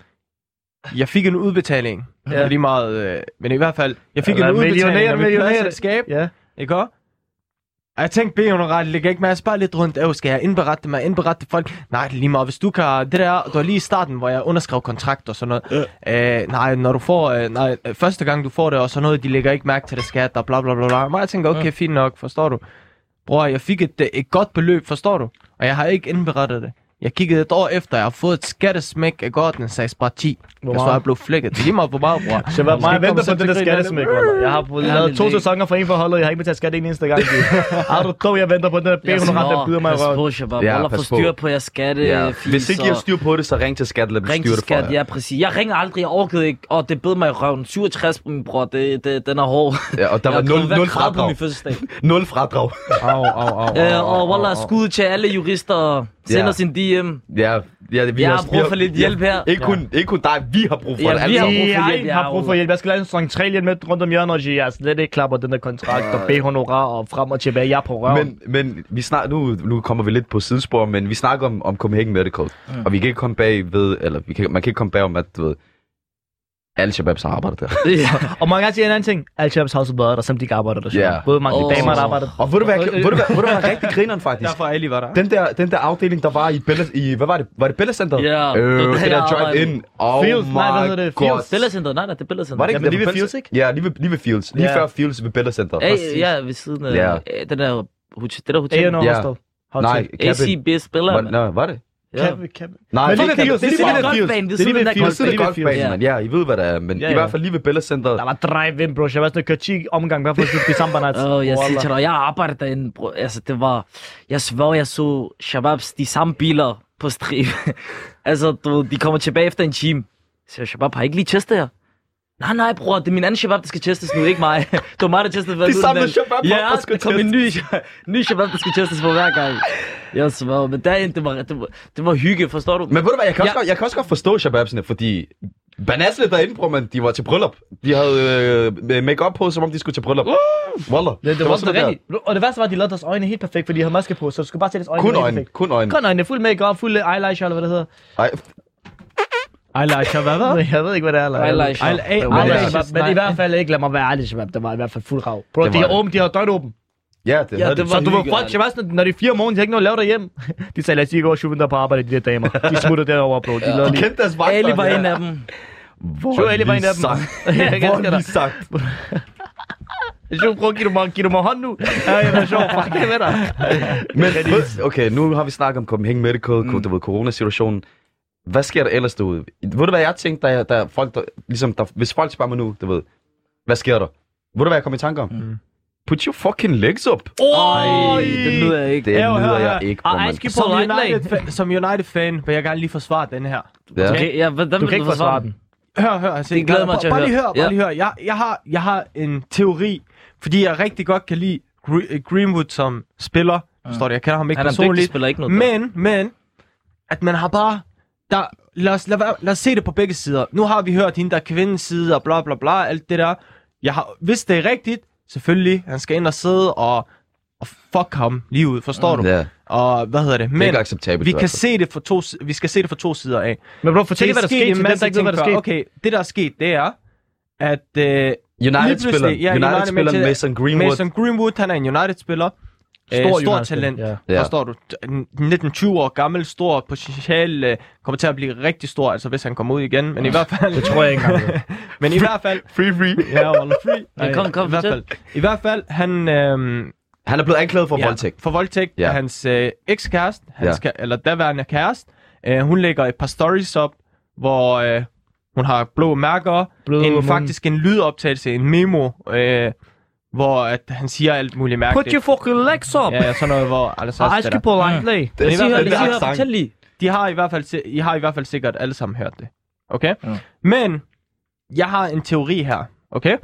Jeg fik en udbetaling. Det er lige meget... Men i hvert fald, jeg fik en udbetaling af mit pladselskab. Ja. Ikke også? Og jeg tænkte, B-honoraret ligger ikke med. Jeg spørger lidt rundt. Skal jeg indberette mig? Indberette til folk? Nej, det er lige meget. Hvis du kan... Det der, du var lige i starten, hvor jeg underskrev kontrakt og sådan noget. Nej, når du får... første gang du får det og sådan noget, de lægger ikke mærke til det skat og bla bla bla bla. Men jeg tænker, okay, fint nok, forstår du? Bror, jeg fik et godt beløb, forstår du? Og jeg har ikke indberettet det. Jeg kiggede et år efter, jeg har fået et skattesmæk af godt, den sagde bare 10. Jeg så jeg blev flækket. Det er lige meget for meget, bror. Så jeg venter på den der skattesmæk, bror. Jeg har lavet 2 sæsoner for en forholdet, jeg har ikke betalt skat en eneste gang. Har du dog, jeg venter på den der B-honorar, der byder mig i røven. Jeg får styr på jeres skatte. Hvis ikke I har styr på det, så ring til skat, eller ring til skat, ja, præcis. Jeg ringer aldrig, jeg orkede ikke, og det bed mig i røven. 67 på min bror, den er hård. Ja, og der var 0 fradrag. På min fødselsdag. 0 fradrag. Og wallah, skud til alle jurister. Send os en DM. Ja, vi har brug for lidt hjælp her. Ikke kun dig, vi har brug for det. Vi har brug for hjælp. Jeg har brug for hjælp. Jeg skal lave en sådan trælien med rundt om hjørnet, og jeg slet ikke klapper den der kontrakt og B-honorar og frem og tilbage. Jeg er på røven. Men vi nu kommer vi lidt på sidespor, men vi snakker om Copenhagen Medical. Og vi kan ikke komme bag ved, eller man kan ikke komme bag om, at du ved, alle Shababs har arbejdet der. Og man kan sige en anden ting. Alle Shababs har også været der, som de ikke arbejder der. Yeah. Både mange damer, der arbejder. Og ved du hvad rigtig grineren faktisk? Derfor Ali var der. Den der afdeling, der var i hvad var det? Var det Bella-centeret? Ja. Det der drive-in. Fields, nej, hvad hedder det? God. Bella-centeret, nej, det er Bella-centeret. Var det ikke Jamen, lige ved Fields, ikke? Ja, lige ved Fields. Lige før Fields ved Bella-centeret. Ja, ved siden af den der hotel. Ja. Nej, AC Biz Bella. Nå, var det? Ja. Nej, Men lige ved Fields. Det er lige ved Fields. Det er lige ved Fields. Det er golfbanen, man. Ja, I ved, hvad det er. Men i hvert fald lige ved Bella-centeret. Der var drive-in, bro. Jeg var sådan kørt 10 omgang, bare for at slutte i sambanat. Jeg siger til dig, jeg arbejdede derinde, bro. Altså, det var... Jeg svær, jeg så Shababs, de samme biler på stribe. Altså, de kommer tilbage efter en time. Så Shabab har ikke lige testet her. Nej, bror, det er min anden Shabab, der skal testes nu, ikke mig. Det var mig, der testede. De samme Shabab, der skal kom en ny Shabab, der skal testes for hver gang. Jeg svær, men derinde, det var hygge, forstår du? Men ved du hvad, jeg kan også godt forstå Shababsene, fordi Banasle derinde, bror, man, de var til bryllup. De havde make-up på, som om de skulle til bryllup. Wallah. Det var sådan rigtigt. Og det værste var, at de lavede deres øjne helt perfekt, fordi de havde maske på, så du skulle bare se deres øjne. Kun øjne. Kun øjne, fuld make-up, fuld eyelash, eller hvad det hedder. Eyelash, hvad var? Jeg ved ikke, hvad det er. Eyelash. Men i hvert fald ikke, lad mig være ærlig, Shabab. Det var i hvert fald fuld rav. Bro, de har døgn åben. Ja, det havde det. Så du var folk, Shabab, når det er 4 måneder, de har ikke noget at lave derhjemme. De sagde, lad os ikke gå og shoote der på arbejde, de der damer. De smuttede derovre, bro. De kendte deres vagt. Ali var en af dem. Ali var en af dem. Hvor har vi sagt? Prøv at give du mig hånd nu. Jeg er sjov, fuck det med dig. Men okay, nu har vi snakket om Copenhagen Medical, du ved, coronasituationen. Hvad sker der ellers derude? Ved du hvad jeg tænkte, der folk, der, ligesom, hvis folk spørger mig nu, du ved, hvad sker der? Ved du hvad jeg kom i tanke om? Put your fucking legs up. Det lyder jeg ikke. Det lyder jeg ikke, bror. Som United-fan vil jeg gerne lige forsvare den her. Ja. Okay, Du kan ikke forsvare den. Hør. Altså, det glæder mig til at høre. Bare lige hør. Jeg har en teori, fordi jeg rigtig godt kan lide Greenwood som spiller. Forstår du? Jeg kender ham ikke personligt. Spiller ikke noget. Men, at man har bare... lad os se det på begge sider. Nu har vi hørt hende der kvindens side og bla bla bla, alt det der. Hvis det er rigtigt, selvfølgelig, han skal ind og sidde og fuck ham lige ud, forstår du? Ja. Og hvad hedder det? Men Det er ikke acceptabelt. vi skal se det fra to sider af. Men bro, fortæl hvad der skete til dem, der ikke ved, hvad der skete. Okay, det der er sket, det er, at United-spilleren Mason Greenwood. Mason Greenwood, han er en United-spiller. Stor talent, forstår du? 19-20 år gammel, stor potentiale, kommer til at blive rigtig stor, altså hvis han kommer ud igen, men i hvert fald... Det tror jeg ikke engang. Men i hvert fald... Free. Ja, free. Kom, I hvert fald, han Han er blevet anklaget for voldtægt. For voldtægt af hans ekskæreste, eller daværende kæreste. Hun lægger et par stories op, hvor hun har blå mærker, faktisk en lydoptagelse, en memo, hvor at han siger alt muligt mærkeligt. Put your fucking legs up! Ja, sådan noget, hvor... Altså, I ask you politely. Fortæl lige. I har i hvert fald sikkert alle sammen hørt det. Okay? Ja. Men, jeg har en teori her. Okay?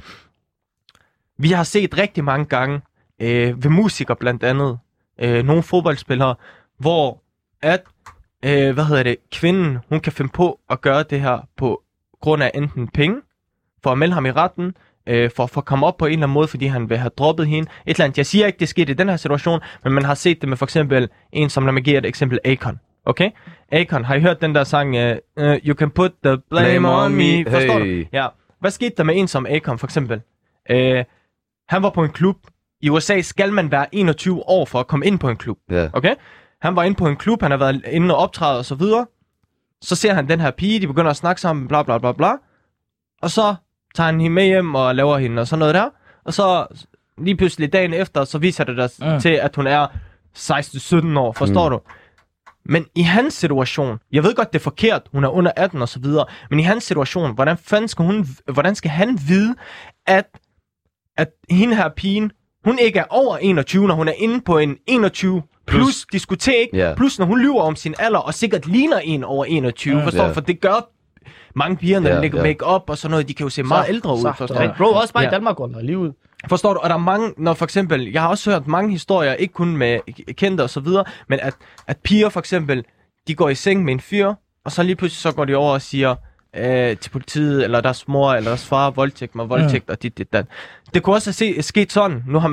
Vi har set rigtig mange gange, ved musikere blandt andet, nogle fodboldspillere, hvor at, kvinden, hun kan finde på at gøre det her på grund af enten penge, for at melde ham i retten, for at komme op på en eller anden måde, fordi han vil have droppet hende. Et eller andet. Jeg siger ikke, det skete i den her situation, men man har set det med for eksempel en, som lad mig give et eksempel, Akon. Okay? Akon, har I hørt den der sang, You can put the blame on me? Forstår du? Ja. Hvad skete der med en som Akon, for eksempel? Han var på en klub. I USA skal man være 21 år for at komme ind på en klub. Yeah. Okay? Han var inde på en klub, han har været inde og optræde og så videre. Så ser han den her pige, de begynder at snakke sammen, bla bla bla bla. Og så tager han hende med hjem og laver hende og sådan noget der. Og så lige pludselig dagen efter, så viser det der til, at hun er 16-17 år, forstår du? Men i hans situation, jeg ved godt, det er forkert, hun er under 18 og så videre, men i hans situation, hvordan skal han vide, at hende her pigen, hun ikke er over 21, når hun er inde på en 21 plus diskotek, plus når hun lyver om sin alder, og sikkert ligner en over 21, forstår du? For det gør mange piger, når de lægger make-up og sådan noget, de kan jo se meget ældre ud, forstår du? Bro, også bare i Danmark går der lige ud. Forstår du? Og der er mange, når for eksempel, jeg har også hørt mange historier, ikke kun med kendte og så videre, men at piger for eksempel, de går i seng med en fyr, og så lige pludselig så går de over og siger til politiet, eller deres mor, eller deres far, voldtægt og dit. Det kunne også have sket sådan. Nu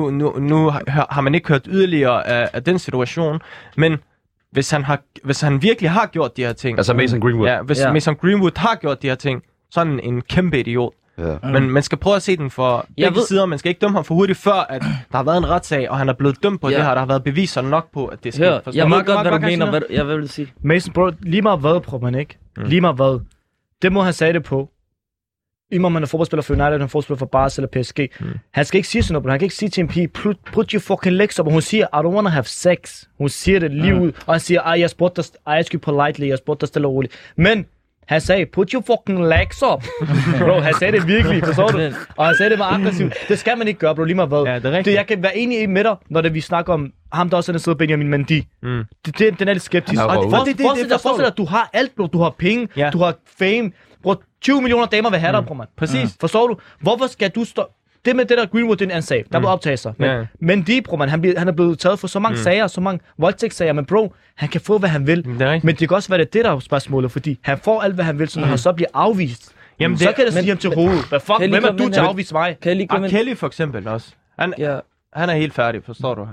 har man ikke hørt yderligere af den situation, men hvis han virkelig har gjort de her ting... Altså Mason Greenwood. Ja, hvis Mason Greenwood har gjort de her ting, sådan en kæmpe idiot. Men man skal prøve at se den for begge sider. Man skal ikke dømme ham for hurtigt, før at der har været en retssag, og han er blevet dømt på det her. Der har været beviser nok på, at det sker. Jeg ved godt, hvad du mener. Jeg vil sige. Mason, bro, lige meget hvad, prøver man ikke. Lige meget hvad. Det må han sige det på. Lige meget man er fodboldspiller for United, han er fodboldspiller for Barca eller PSG. Han skal ikke sige sådan noget, han kan ikke sige til en pige, put your fucking legs up, og hun siger, I don't wanna have sex. Hun siger det lige ud, og han siger, jeg spurgte dig, I ask you politely, jeg spurgte dig stille og roligt. Men han sagde, put your fucking legs up. Bro, han sagde det virkelig, forstår du? Og han sagde det meget aggressivt. Det skal man ikke gøre, bro, lige meget hvad. Ja, det er rigtigt. Jeg kan være enig med dig, når vi snakker om ham, der også er der sidder Benjamin Mendy. Den er lidt skeptisk. Forestil dig, at du har alt, bro. Du har penge, du har fame. Bro, 20 millioner damer vil have dig, bro, man. Præcis. Forstår du? Hvorfor skal du stå... Det med det der Greenwood, det er en sag. Der blev optagelser. Men Mendy, bro, man, han er blevet taget for så mange sager, så mange voldtægtssager. Men bro, han kan få, hvad han vil. Men det kan også være det der er spørgsmålet, fordi han får alt, hvad han vil, så når han så bliver afvist. Jamen, så kan det sige ham til hovedet. Hvad fuck, hvem er du til at afvise mig? Kelly for eksempel også. Han er helt færdig, forstår du?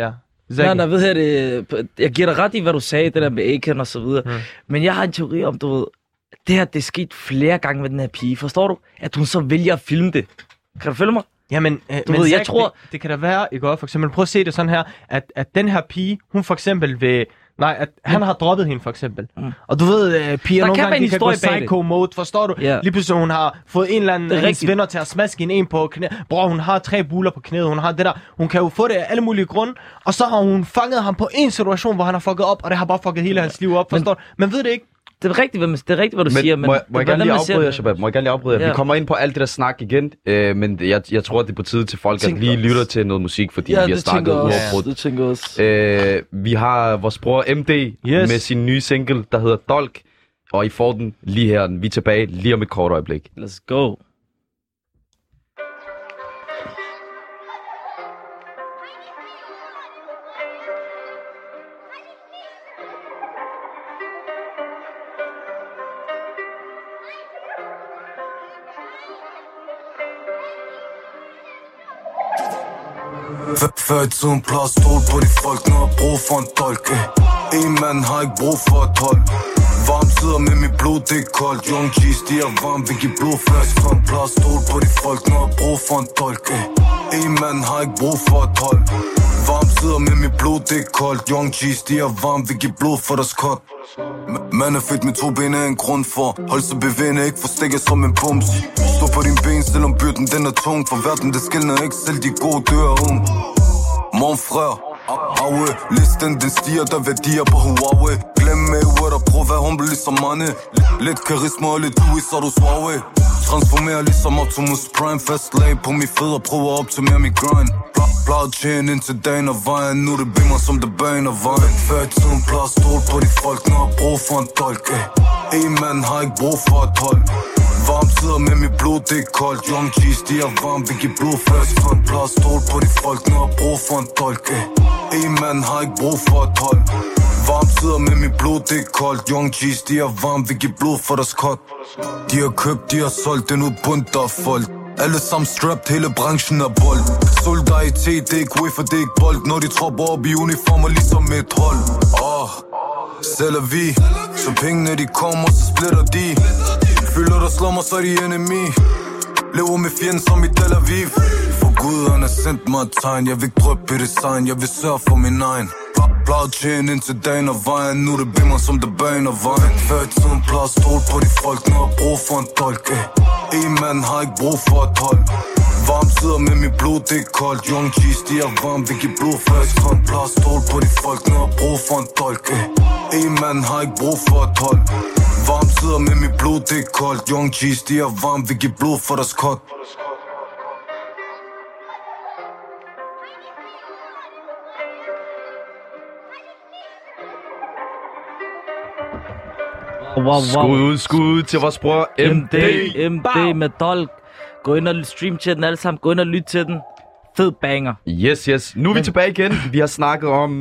Nej, ved jeg giver dig ret i, hvad du sagde, det der med Akon og så videre. Men jeg har en teori om, du ved, det her, det er sket flere gange med den her pige. Forstår du? At hun så vælger at filme det. Kan du følge mig? Jamen, jeg tror... Det kan da være, ikke også? For eksempel, prøv at se det sådan her, at den her pige, hun for eksempel vil... Nej, at han har droppet hende, for eksempel. Og du ved, piger nogle gange, de kan gå psycho-mode, forstår du? Lige pludselig, hun har fået en eller anden venner til at smaske hende en på knæ. Bror, hun har 3 buler på knæet, hun har det der. Hun kan jo få det af alle mulige grunde. Og så har hun fanget ham på en situation, hvor han har fucket op, og det har bare fucket hele hans liv op, forstår du? Men ved det ikke. Det er rigtigt, hvad du siger. Men må jeg gerne lige afbryde jer, Shabab? Må jeg gerne lige afbryde jer? Vi kommer ind på alt det der snak igen, men jeg tror, det er på tide til folk, at lige lytter til noget musik, fordi vi har snakket uafbrudt. Det tænker også. Vi har vores bror MD med sin nye single, der hedder Dolk, og I får den lige her. Vi er tilbage lige om et kort øjeblik. Let's go. Før i tiden plejede at stole på de folk, når jeg brug for en dolk. En mand har ikke brug for et hold. Varm sidder med mit blod, det er koldt. Young G's, de er varm, vi giver blodflash. Før en plejede at stole på de folk, når jeg brug for en dolk. En mand har ikke brug for et hold. Varm sidder med mit blod, det er koldt. Young G's, de er varm, vi giver blod for deres kot. Man er fedt med 2 ben af en grund for. Hold så bevægende, ikke forstikker som en pums. Stå på din ben, selvom byrden den er tung. For verden, det skiller ikke selv de gode dør ung. Mon frère, Aue, listen den stiger, der værdier på Huawei. Glem Mayweather, der prøv at være humble ligesom Mane. Lidt karisma og lidt Louis, så du Huawei. Transformerer ligesom Optimus Prime. Fast lag på min fødder, prøver at optimere mit grind. Plejede tjene ind til dagen og vejen. Nu det bimmer som det bane og vejen. Før i tiden plejede at stole på de folk, når jeg brug for en dolk. En mand har ikke brug for et hold. Varm sidder med mit blod, det er koldt. Young G's, de er varm, vi giver blodflash. For en plejede at stole på de folk, når jeg brug for en dolk. En mand har ikke brug for et hold. Varm sidder med mit blod, det er koldt. Young G's, de er varm, vi giver blod for deres kot. De har købt, de har solgt, den udbundt, der er folk. Alle sammen strapped, hele branchen er bold. Solidaritet, det er ikke wafer, det er ikke bold. Når de tropper op i uniformer, ligesom et hold. Sælger vi, så pengene de kommer, så splitter de. Føler der slår mig, så er de enemy. Lever med fjenden som i Tel Aviv. For Gud, han har sendt mig et tegn. Jeg vil ikke drøbe i design, jeg vil sørge for min egen. Plejede tjene ind til dagen og vejen. Nu det bimmer som det bane og vejen. Før i tiden plejede at stole på de folk, når jeg brug for en dolk. En mand har ikke brug for et hold. Varm sidder med mit blod, det er koldt. Young G's, de er varm, vi giver blodflash. For en plejede at stole på de folk, når jeg brug for en dolk. En mand har ikke brug for et hold. Varm sidder med mit blod, det er koldt. Young G's, de er varm, vi giver blod for deres kot. Wow. Skud til vores bror MD med dolk. Gå ind og stream til den alle sammen. Gå ind og lyt til den. Fed banger. Yes. Nu er vi tilbage igen. Vi har snakket om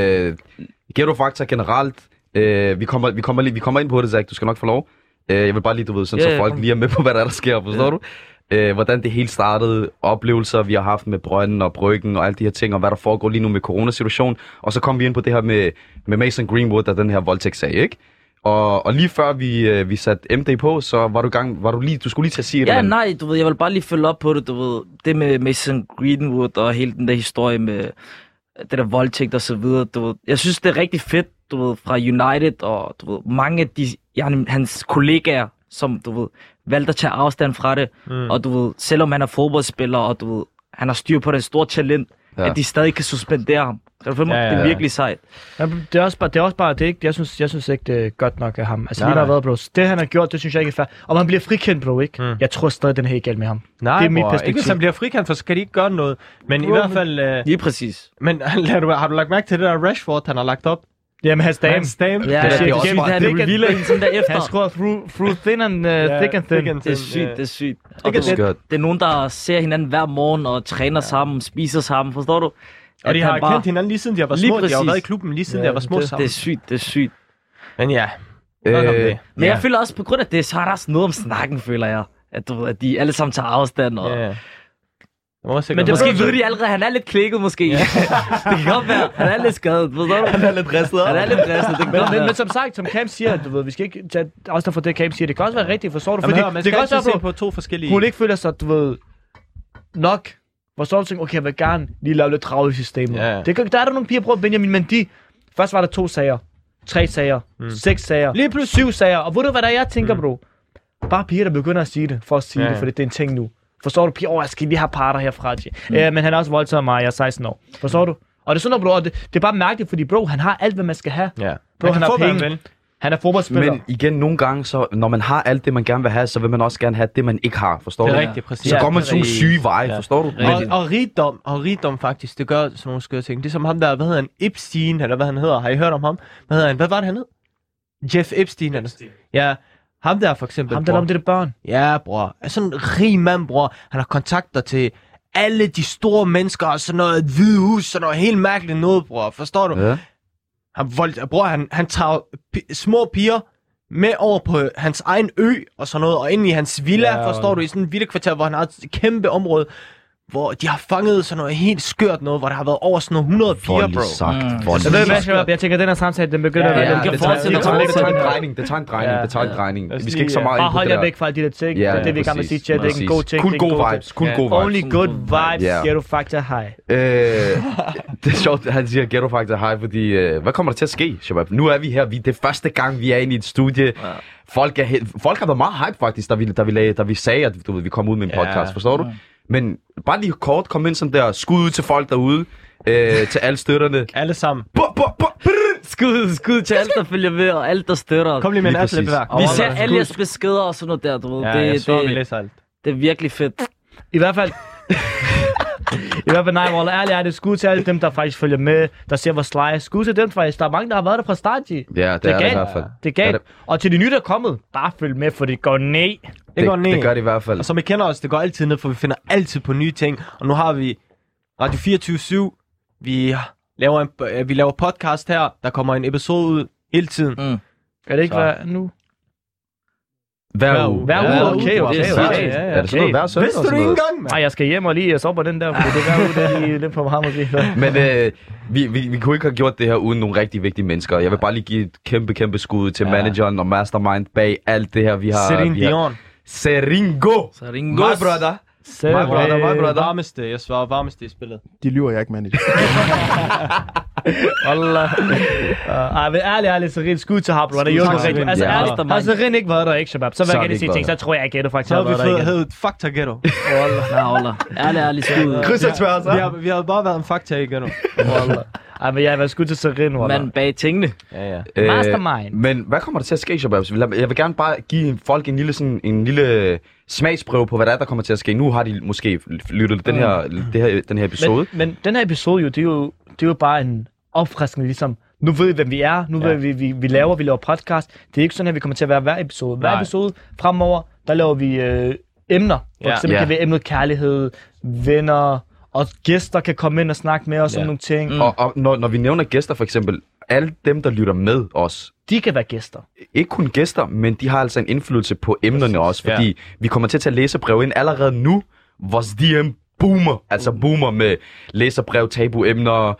Ghetto Factor generelt. Vi kommer ind på det, Zach. Du skal nok få lov. Jeg vil bare lige, du ved, sådan, så folk lige er med på, hvad der sker. Forstår du? Hvordan det hele startede. Oplevelser, vi har haft med Brønden og Bryggen og alle de her ting. Og hvad der foregår lige nu med coronasituationen. Og så kom vi ind på det her med Mason Greenwood og den her voldtægtssag, ikke? Og lige før vi satte MD på, så var du skulle lige til at sige det. Ja, nej, du ved, jeg vil bare lige følge op på det, du ved. Det med Mason Greenwood og hele den der historie med det der voldtægt og så videre, du ved. Jeg synes, det er rigtig fedt, du ved, fra United og du ved, mange af hans kollegaer, som du ved, valgte at tage afstand fra det. Og du ved, selvom han er fodboldspiller, og du ved, han har styr på det store talent, at de stadig kan suspendere ham. Det er virkelig sejt. Ja, det er også bare det, ikke? Jeg synes ikke, det er godt nok af ham. Altså, lige meget hvad, bro. Det, han har gjort, det synes jeg ikke er fair. Og man bliver frikendt, bro, ikke? Jeg tror stadig, den er helt galt med ham. Nej, det er mit perspektiv. Ikke hvis han bliver frikendt, for så kan de ikke gøre noget. Men i hvert fald... Lige præcis. Men har du lagt mærke til det der Rashford, han har lagt op? Jamen, hans dame. Ja, det er også bare... Han revealer hende sådan der efter. Han skriver through thin and thick and thin. Det er sygt. Og det er nogen, der ser hinanden hver morgen og træner sammen, spiser sammen, forstår du? Og de har kendt hinanden lige siden de var små. De har været i klubben lige siden de var små sammen. Det er sygt. Men ja. Men jeg føler også, på grund af det, så er der også noget om snakken, føler jeg. At de alle sammen tager afstand. Og... Men måske ved de allerede, han er lidt klikket måske. Det kan godt være. Han er lidt skadet, forstår du? Han er lidt ristet. Men som sagt, som Cam siger, du ved, vi skal ikke tage afstand fra det, Cam siger. Det kan også være rigtigt, forstår du? Fordi man skal også se på to forskellige... Hun ikke føler sig, du ved, nok. Hvor så du tænker, okay, jeg vil gerne lige lave lidt travlt i systemet. Der er der nogle piger, prøver Benjamin Mendy. Først var der 2 sager, 3 sager, 6 sager, lige pludselig 7 sager. Og ved du, hvad der jeg tænker, bro? Bare piger, der begynder at sige det, for at sige det, for det er en ting nu. Forstår du, piger? Jeg skal lige have parter herfra. Men han er også voldtaget mig, jeg er 16 år. Forstår du? Og det er sådan noget, bro, det er bare mærkeligt, fordi bro, han har alt, hvad man skal have. Bro, han har penge. Han er fodboldspiller. Men igen, nogle gange, så, når man har alt det, man gerne vil have, så vil man også gerne have det, man ikke har. Forstår du? Det er rigtigt, præcis. Så går man sådan nogle syge veje, forstår du? Og rigdom faktisk, det gør sådan nogle skøre ting. Det er som ham der, hvad hedder han? Epstein, eller hvad han hedder. Har I hørt om ham? Hvad hedder han? Hvad var det, han hed? Jeff Epstein. Ja, ham der for eksempel. Ham der om det der børn. Ja, bror. Sådan en rig mand, bror. Han har kontakter til alle de store mennesker, og sådan noget Hvide Hus, sådan noget helt mærkeligt noget, bror. Forstår du? Ja. Han tager små piger med over på hans egen ø og sådan noget, og ind i hans villa, forstår du, i sådan en villakvarter, hvor han har et kæmpe område, hvor de har fanget sådan noget helt skørt noget, hvor der har været over sådan nogle 100 piger, bro. Voldeligt sagt. Jeg Voldeligt ved, sagt. jeg tænker, at den her samtale, den begynder at Ja, være det lidt... tager en Ja. drejning. Vi skal ikke så meget Bare ind på hold det jer der. væk fra alle de der ting. Det er det, vi kan med sige, chat. Det er ikke en god ting. Kun gode vibes. Kun gode vibes. Only good vibes. Ja. Ghetto Factor high. Det er sjovt, at han siger Ghetto Factor high, fordi hvad kommer der til at ske, Shabab? Nu er vi her. Det er første gang, vi er inde i et studie. Folk har været meget hype faktisk, da vi sagde, at vi kom ud med en podcast, forstår du? Men bare lige kort, kom ind sådan der, skud ud til folk derude, til alle støtterne. Alle sammen. Skud til alt, der følger med, og alt, der støtter. Kom lige med en Lige atlet præcis. beværk. Vi ser alle jeres beskeder og sådan noget der, du ved. Ja, jeg så, vi læser alt. Det er virkelig fedt. I hvert fald... nej, Wallah, ærligt er det skud til alle dem, der faktisk følger med, der ser vores live. Skud til dem faktisk. Der er mange, der har været der fra start, G. Ja, det Det er er det i galt. hvert fald. Det er galt. Og til de nye, der er kommet, bare følg med, for det går ned. Det går ned. Det gør det i hvert fald. Og som I kender os, det går altid ned, for vi finder altid på nye ting. Og nu har vi Radio 24/7. Vi laver podcast her. Der kommer en episode ud hele tiden. Mm. Kan det ikke være nu? Hver uge. Hver Ja, uge, okay. det er okay. sindssygt. Er det sådan noget hver søndag? Vidste og du sådan det noget? ikke engang, mand? Nej, jeg skal hjem og lige soppe den der, fordi det er hver uge, det er lige lidt for meget måske. Men vi kunne ikke have gjort det her uden nogle rigtig vigtige mennesker. Jeg vil bare lige give et kæmpe skud til manageren og mastermind bag alt det her, vi har. Celine Dion. Seringo. Seringos. My brother. My brother. Varmeste. Jeg svarer varmeste i spillet. De lyver jeg ikke, manager. Wallah. Ej, men ærligt, Serin, skud til ham, bro. Han er hjulpet Serin. rigtig. Altså Ja. ærligt, har Serin ikke været der, ikke, Shabab? Så vil Så jeg har gerne det sige ikke ting, været så tror jeg ikke, at du faktisk Så har har vi været der igen. fået et fakta ghetto. Ja, Ola. Ærligt skud. Kryds og tværs, Vi har bare været en fakta i ghetto. Ej, men jeg har været skud til Serin, Wallah. Mand bag tingene. Ja. Mastermind. Men hvad kommer der til at ske, Shabab? Jeg vil gerne bare give folk en lille smagsprøve på, hvad der kommer til at ske. Nu har de måske lyttet den her episode. Men den her episode jo, det er jo bare en opfriskning, ligesom. Nu ved vi, hvem vi er. Nu ved vi laver podcast. Det er ikke sådan, at vi kommer til at være hver episode. Hver episode fremover, der laver vi emner. For eksempel kan vi emnet kærlighed, venner, og gæster kan komme ind og snakke med os om nogle ting. Og når vi nævner gæster for eksempel, alle dem, der lytter med os, De kan være gæster. ikke kun gæster, men de har altså en indflydelse på emnerne også, fordi vi kommer til at tage læserbrev ind allerede nu. Vores DM boomer med læserbrev, tabuemner,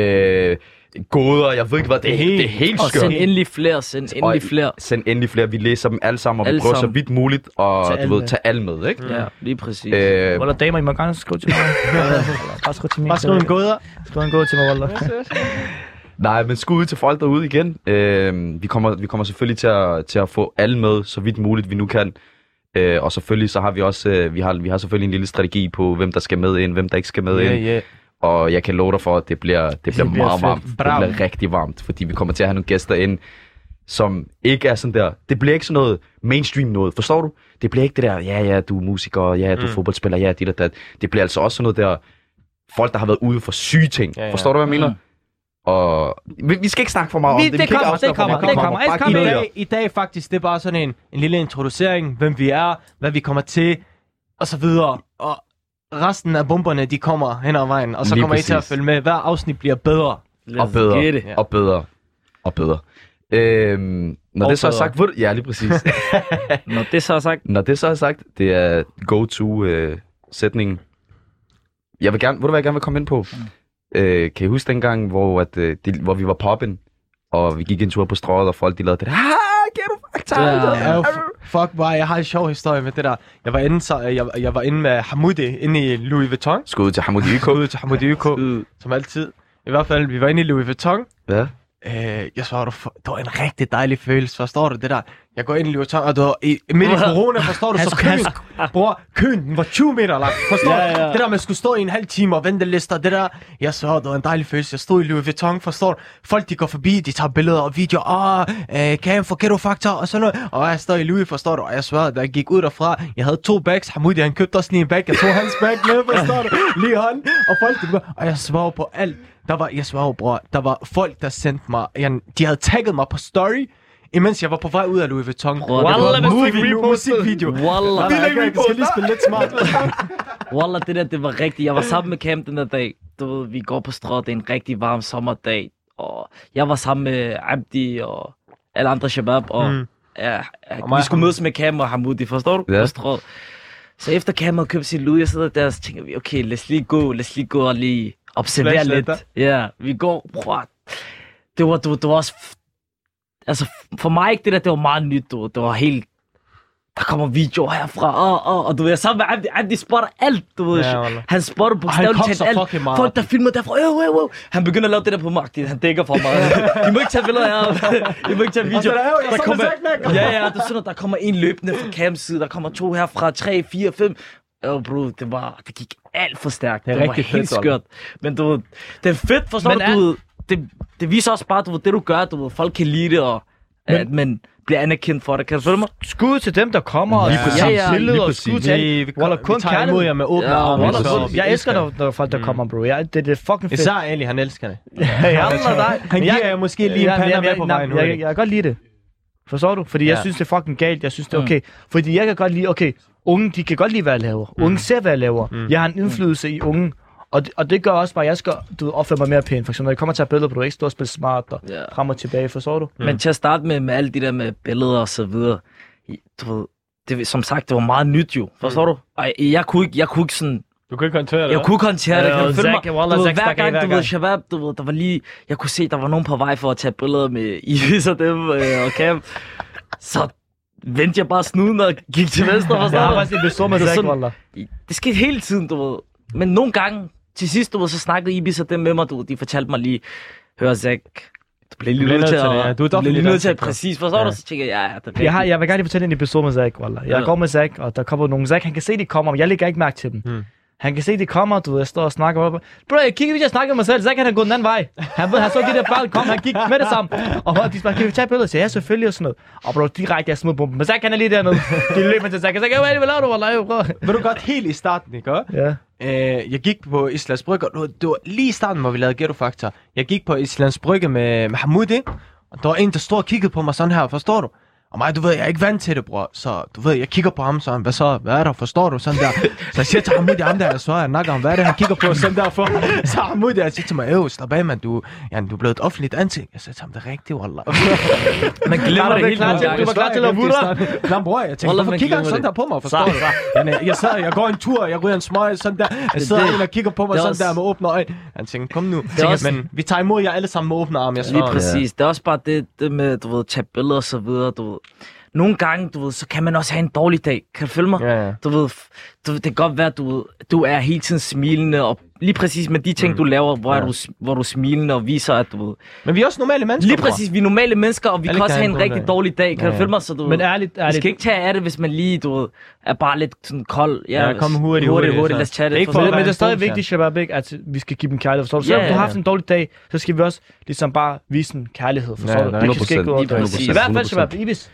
gåder, jeg ved ikke hvad, det er helt Og skørt. send endelig flere, Send endelig flere, vi læser dem alle sammen, og vi Alle prøver så sammen. vidt muligt at Tage alle med. tage alle med, ikke? Ja, lige præcis. Wallah, damer, I må gerne skrive til mig. Bare skriv til mig. Bare skriv en gåder. Skriv en gåde til mig, Wallah. Nej, men skud ud til folk derude igen. Vi kommer selvfølgelig til at få alle med, så vidt muligt vi nu kan. Og selvfølgelig så har vi også vi har selvfølgelig en lille strategi på, hvem der skal med ind, hvem der ikke skal med ind. Og jeg kan love dig for, at det bliver meget fedt. varmt. Det bliver rigtig varmt, fordi vi kommer til at have nogle gæster ind, som ikke er sådan der. Det bliver ikke sådan noget mainstream noget, forstår du? Det bliver ikke det der, ja, du er musiker, ja, du er fodboldspiller, ja, dit og dat. Det bliver altså også sådan noget der, folk der har været ude for syge ting. Forstår du, hvad jeg mener? Og vi skal ikke snakke for meget om det. Det kommer. I dag faktisk, det er bare sådan en lille introducering, hvem vi er, hvad vi kommer til, og så videre. Og resten af bomberne, de kommer hen ad vejen, og så Lige kommer I til at præcis. følge med. Hver afsnit bliver bedre. Og bedre, og bedre, og bedre. Når det så er sagt, ja, lige præcis. Når det så er sagt, Når det så er sagt, det er go-to-sætningen. Jeg vil gerne, hvad jeg gerne vil komme ind på? Kan I huske dengang, hvor vi var poppen, og vi gik en tur på strøget, og folk de lavede det der, Fuck, bare, jeg har en sjov historie med det der. Jeg var inde med Hamoudi inde i Louis Vuitton. Skud til Hamoudi YK. Ud til Hamoudi YK, som altid. I hvert fald, vi var inde i Louis Vuitton. Ja. Jeg svarer, det var en rigtig dejlig følelse, forstår du det der? Jeg går ind i Louis Vuitton, og du midt i corona, forstår du, så køen, den var 20 meter lang, forstår du? Det der, man skulle stå i en halv time og vente lister, det der, jeg svarer, det var en dejlig følelse. Jeg stod i Louis Vuitton, forstår du? Folk, de går forbi, de tager billeder og videoer, kan jeg få Ghetto Factor og sådan noget, og jeg står i Louis, forstår du? Og jeg svarer, da jeg gik ud derfra, jeg havde 2 bags, Hamoudi, han købte også lige en bag, jeg tog hans bag med, forstår du? Lige hånd, og folk, de går, og jeg svarer på alt. Der var folk, der sendte mig, de havde tagget mig på story, imens jeg var på vej ud af Louis Vuitton. Wallah, musikvideo. Wallah, Jeg skal lige spille lidt smart. Wallah, det var rigtigt. Jeg var sammen med Cam den der dag. Du ved, vi går på strået, det er en rigtig varm sommerdag. Og jeg var sammen med Abdi og alle andre Shabab. Og vi skulle mødes med Cam og Hamoudi, forstår du? Ja. På strået. Så efter Cam havde købt sin lyd, jeg sidder der, så tænker vi, okay, lad os lige gå og lige observere Flashlight lidt. Ja, vi går, det var også, altså for mig ikke det der, det var meget nyt, det var helt, der kommer videoer herfra, og du ved, sammen med Andy spotter alt, du ved, han spotter bogstaveligt talt alt, folk der filmer derfra, han begynder at lave det der på magt, han dækker for mig, I må ikke tage billeder her, I må ikke tage videoer, der kommer en løbende fra Cams side, der kommer 2 herfra, 3, 4, 5, bro, det gik alt for stærkt, det var rigtig helt skørt, men du ved, det er fedt, forstår du, det viser også bare, du ved, det du gør, du ved, folk kan lide det, og at man bliver anerkendt for det. Kan du følge mig? Skud til dem, der kommer og tager billeder, og skud til vi tager imod jer med åbne arme. Jeg elsker, når folk der kommer, bro. Det er fucking fedt. Især Ali, han elsker det. Han giver jer måske lige en panda med på vejen. Jeg kan godt lide det. Forstår du? Fordi jeg synes, det er fucking galt. Jeg synes, det er okay. Fordi jeg kan godt lide, okay, unge, de kan godt lide, hvad jeg laver. Unge ser, hvad jeg laver. Jeg har en indflydelse i unge. Og det gør også bare, at jeg skal opføre mig mere pænt. For eksempel, når jeg kommer til at billeder på, du ikke stå og spille smart og frem og tilbage, forstår du? Men til at starte med alle de der med billeder og så videre, du ved, det, som sagt, det var meget nyt jo, forstår du? Og jeg kunne ikke sådan... Du kunne ikke håndtere det, Jeg kunne ikke håndtere det, kan du følge mig? Du ved, hver gang, du ved, Shabab, du ved, der var lige... Jeg kunne se, der var nogen på vej for at tage billeder med Ibis og dem og Cam. Så vendte jeg bare snuden og gik til venstre, forstår du? Jeg har faktisk en episode med Zach, Wallah. Det skete hele tiden, du ved. Men nogle gange... Til sidst, du ved, så snakkede Ibis og dem med mig, de fortalte mig lige, hør Zach, du bliver lige nødt til at, præcis, forstår du? Så tænker jeg, det er rigtigt. Jeg vil gerne lige fortælle en episode med Zach, Wallah. Jeg går med Zach, og der kommer nogle Zach, han kan se, de kommer, men jeg lægger ikke mærke til dem. Han kan se, de kommer, du ved, jeg står og snakker. Bro, jeg kigger, hvis jeg snakker med mig selv, Zach, han er gået den anden vej. Han så de der børn kom, han gik med det samme. Og de spørger, kan vi tage billeder? Så ja, selvfølgelig og sådan noget. Og bro, direkte jeg smed bomben. Men Zach, han er lige dernede. De løber til Zach. Jeg sagde, hvad laver du, Wallah, bro? Ved du godt, helt i starten, ikke? Ja. Jeg gik på Islands Brygge, og det var lige i starten, hvor vi lavede Ghetto Factor. Jeg gik på Islands Brygge med Hamoudi, og der var en, der stod og kiggede på mig sådan her, forstår du? Og mig, du ved, jeg er ikke vant til det, bror. Så du ved, jeg kigger på ham sådan, hvad er der, forstår du? Sådan der. Så jeg siger til Hamoudi, ham der, jeg svarer, jeg nakker ham, hvad er det, han kigger på sådan der for? Så Hamoudi, jeg siger til mig, slap af, man, du er blevet et offentligt ansigt. Jeg siger til ham, det er rigtigt, wallah. Man glemmer det helt nogle gange. Du var klar til at vurdere. Nå, bror, jeg tænker, hvorfor kigger han sådan der på mig, forstår du? Jeg går en tur, jeg ryger en smøg, sådan der. Jeg sidder og kigger på mig sådan der med åbne øjne. Han tænker, kom nu. Men vi tager imod jer alle sammen med åbne arme, jeg svarer. Lige præcis. Det er også bare det med, du ved, tage billeder og så videre, du ved. Nogle gange, du ved, så kan man også have en dårlig dag. Kan du følge mig? Ja. Du ved, det kan godt være, du er hele tiden smilende, og lige præcis med de ting, du laver, hvor du er smilende og viser, at du ved... Men vi er også normale mennesker, lige præcis, vi er normale mennesker, og vi kan også have en rigtig dårlig dag. Kan du følge mig? Så du men ærligt. Vi skal ikke tage af det, hvis man lige, du ved, er bare lidt sådan kold. Ja, kom hurtigt, lad os tage det. Men det er stadig vigtigt, Shabab, at vi skal give dem kærlighed, forstår du? Selvom du har haft en dårlig dag, så skal vi også ligesom bare vise dem kærlighed, forstår du? Det skal ikke gå over. I hvert fald, Shabab, Ibis.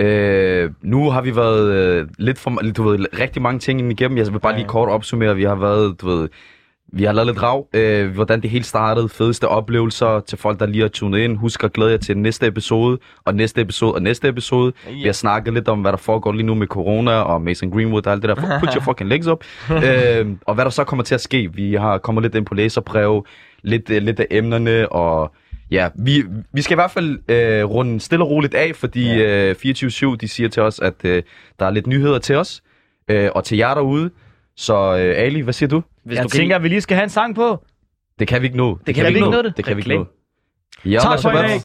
Nu har vi været lidt for, du ved, rigtig mange ting igennem. Jeg vil bare lige kort opsummere. Vi har været, du ved, vi har lavet lidt rav, hvordan det hele startede, fedeste oplevelser til folk, der lige har tunet ind. Husk at glæde jer til næste episode, og næste episode, og næste episode. Vi har snakket lidt om, hvad der foregår lige nu med corona, og Mason Greenwood og alt det der. Put your fucking legs up. Og hvad der så kommer til at ske. Vi har kommet lidt ind på læserbreve, lidt af emnerne, og ja, vi skal i hvert fald runde stille og roligt af, fordi 24/7, de siger til os, at der er lidt nyheder til os, og til jer derude. Så Ali, hvad siger du? Jeg tænker, at vi lige skal have en sang på. Det kan vi ikke nå. Det kan vi ikke nå. Det kan vi ikke nå. Tak for i dag.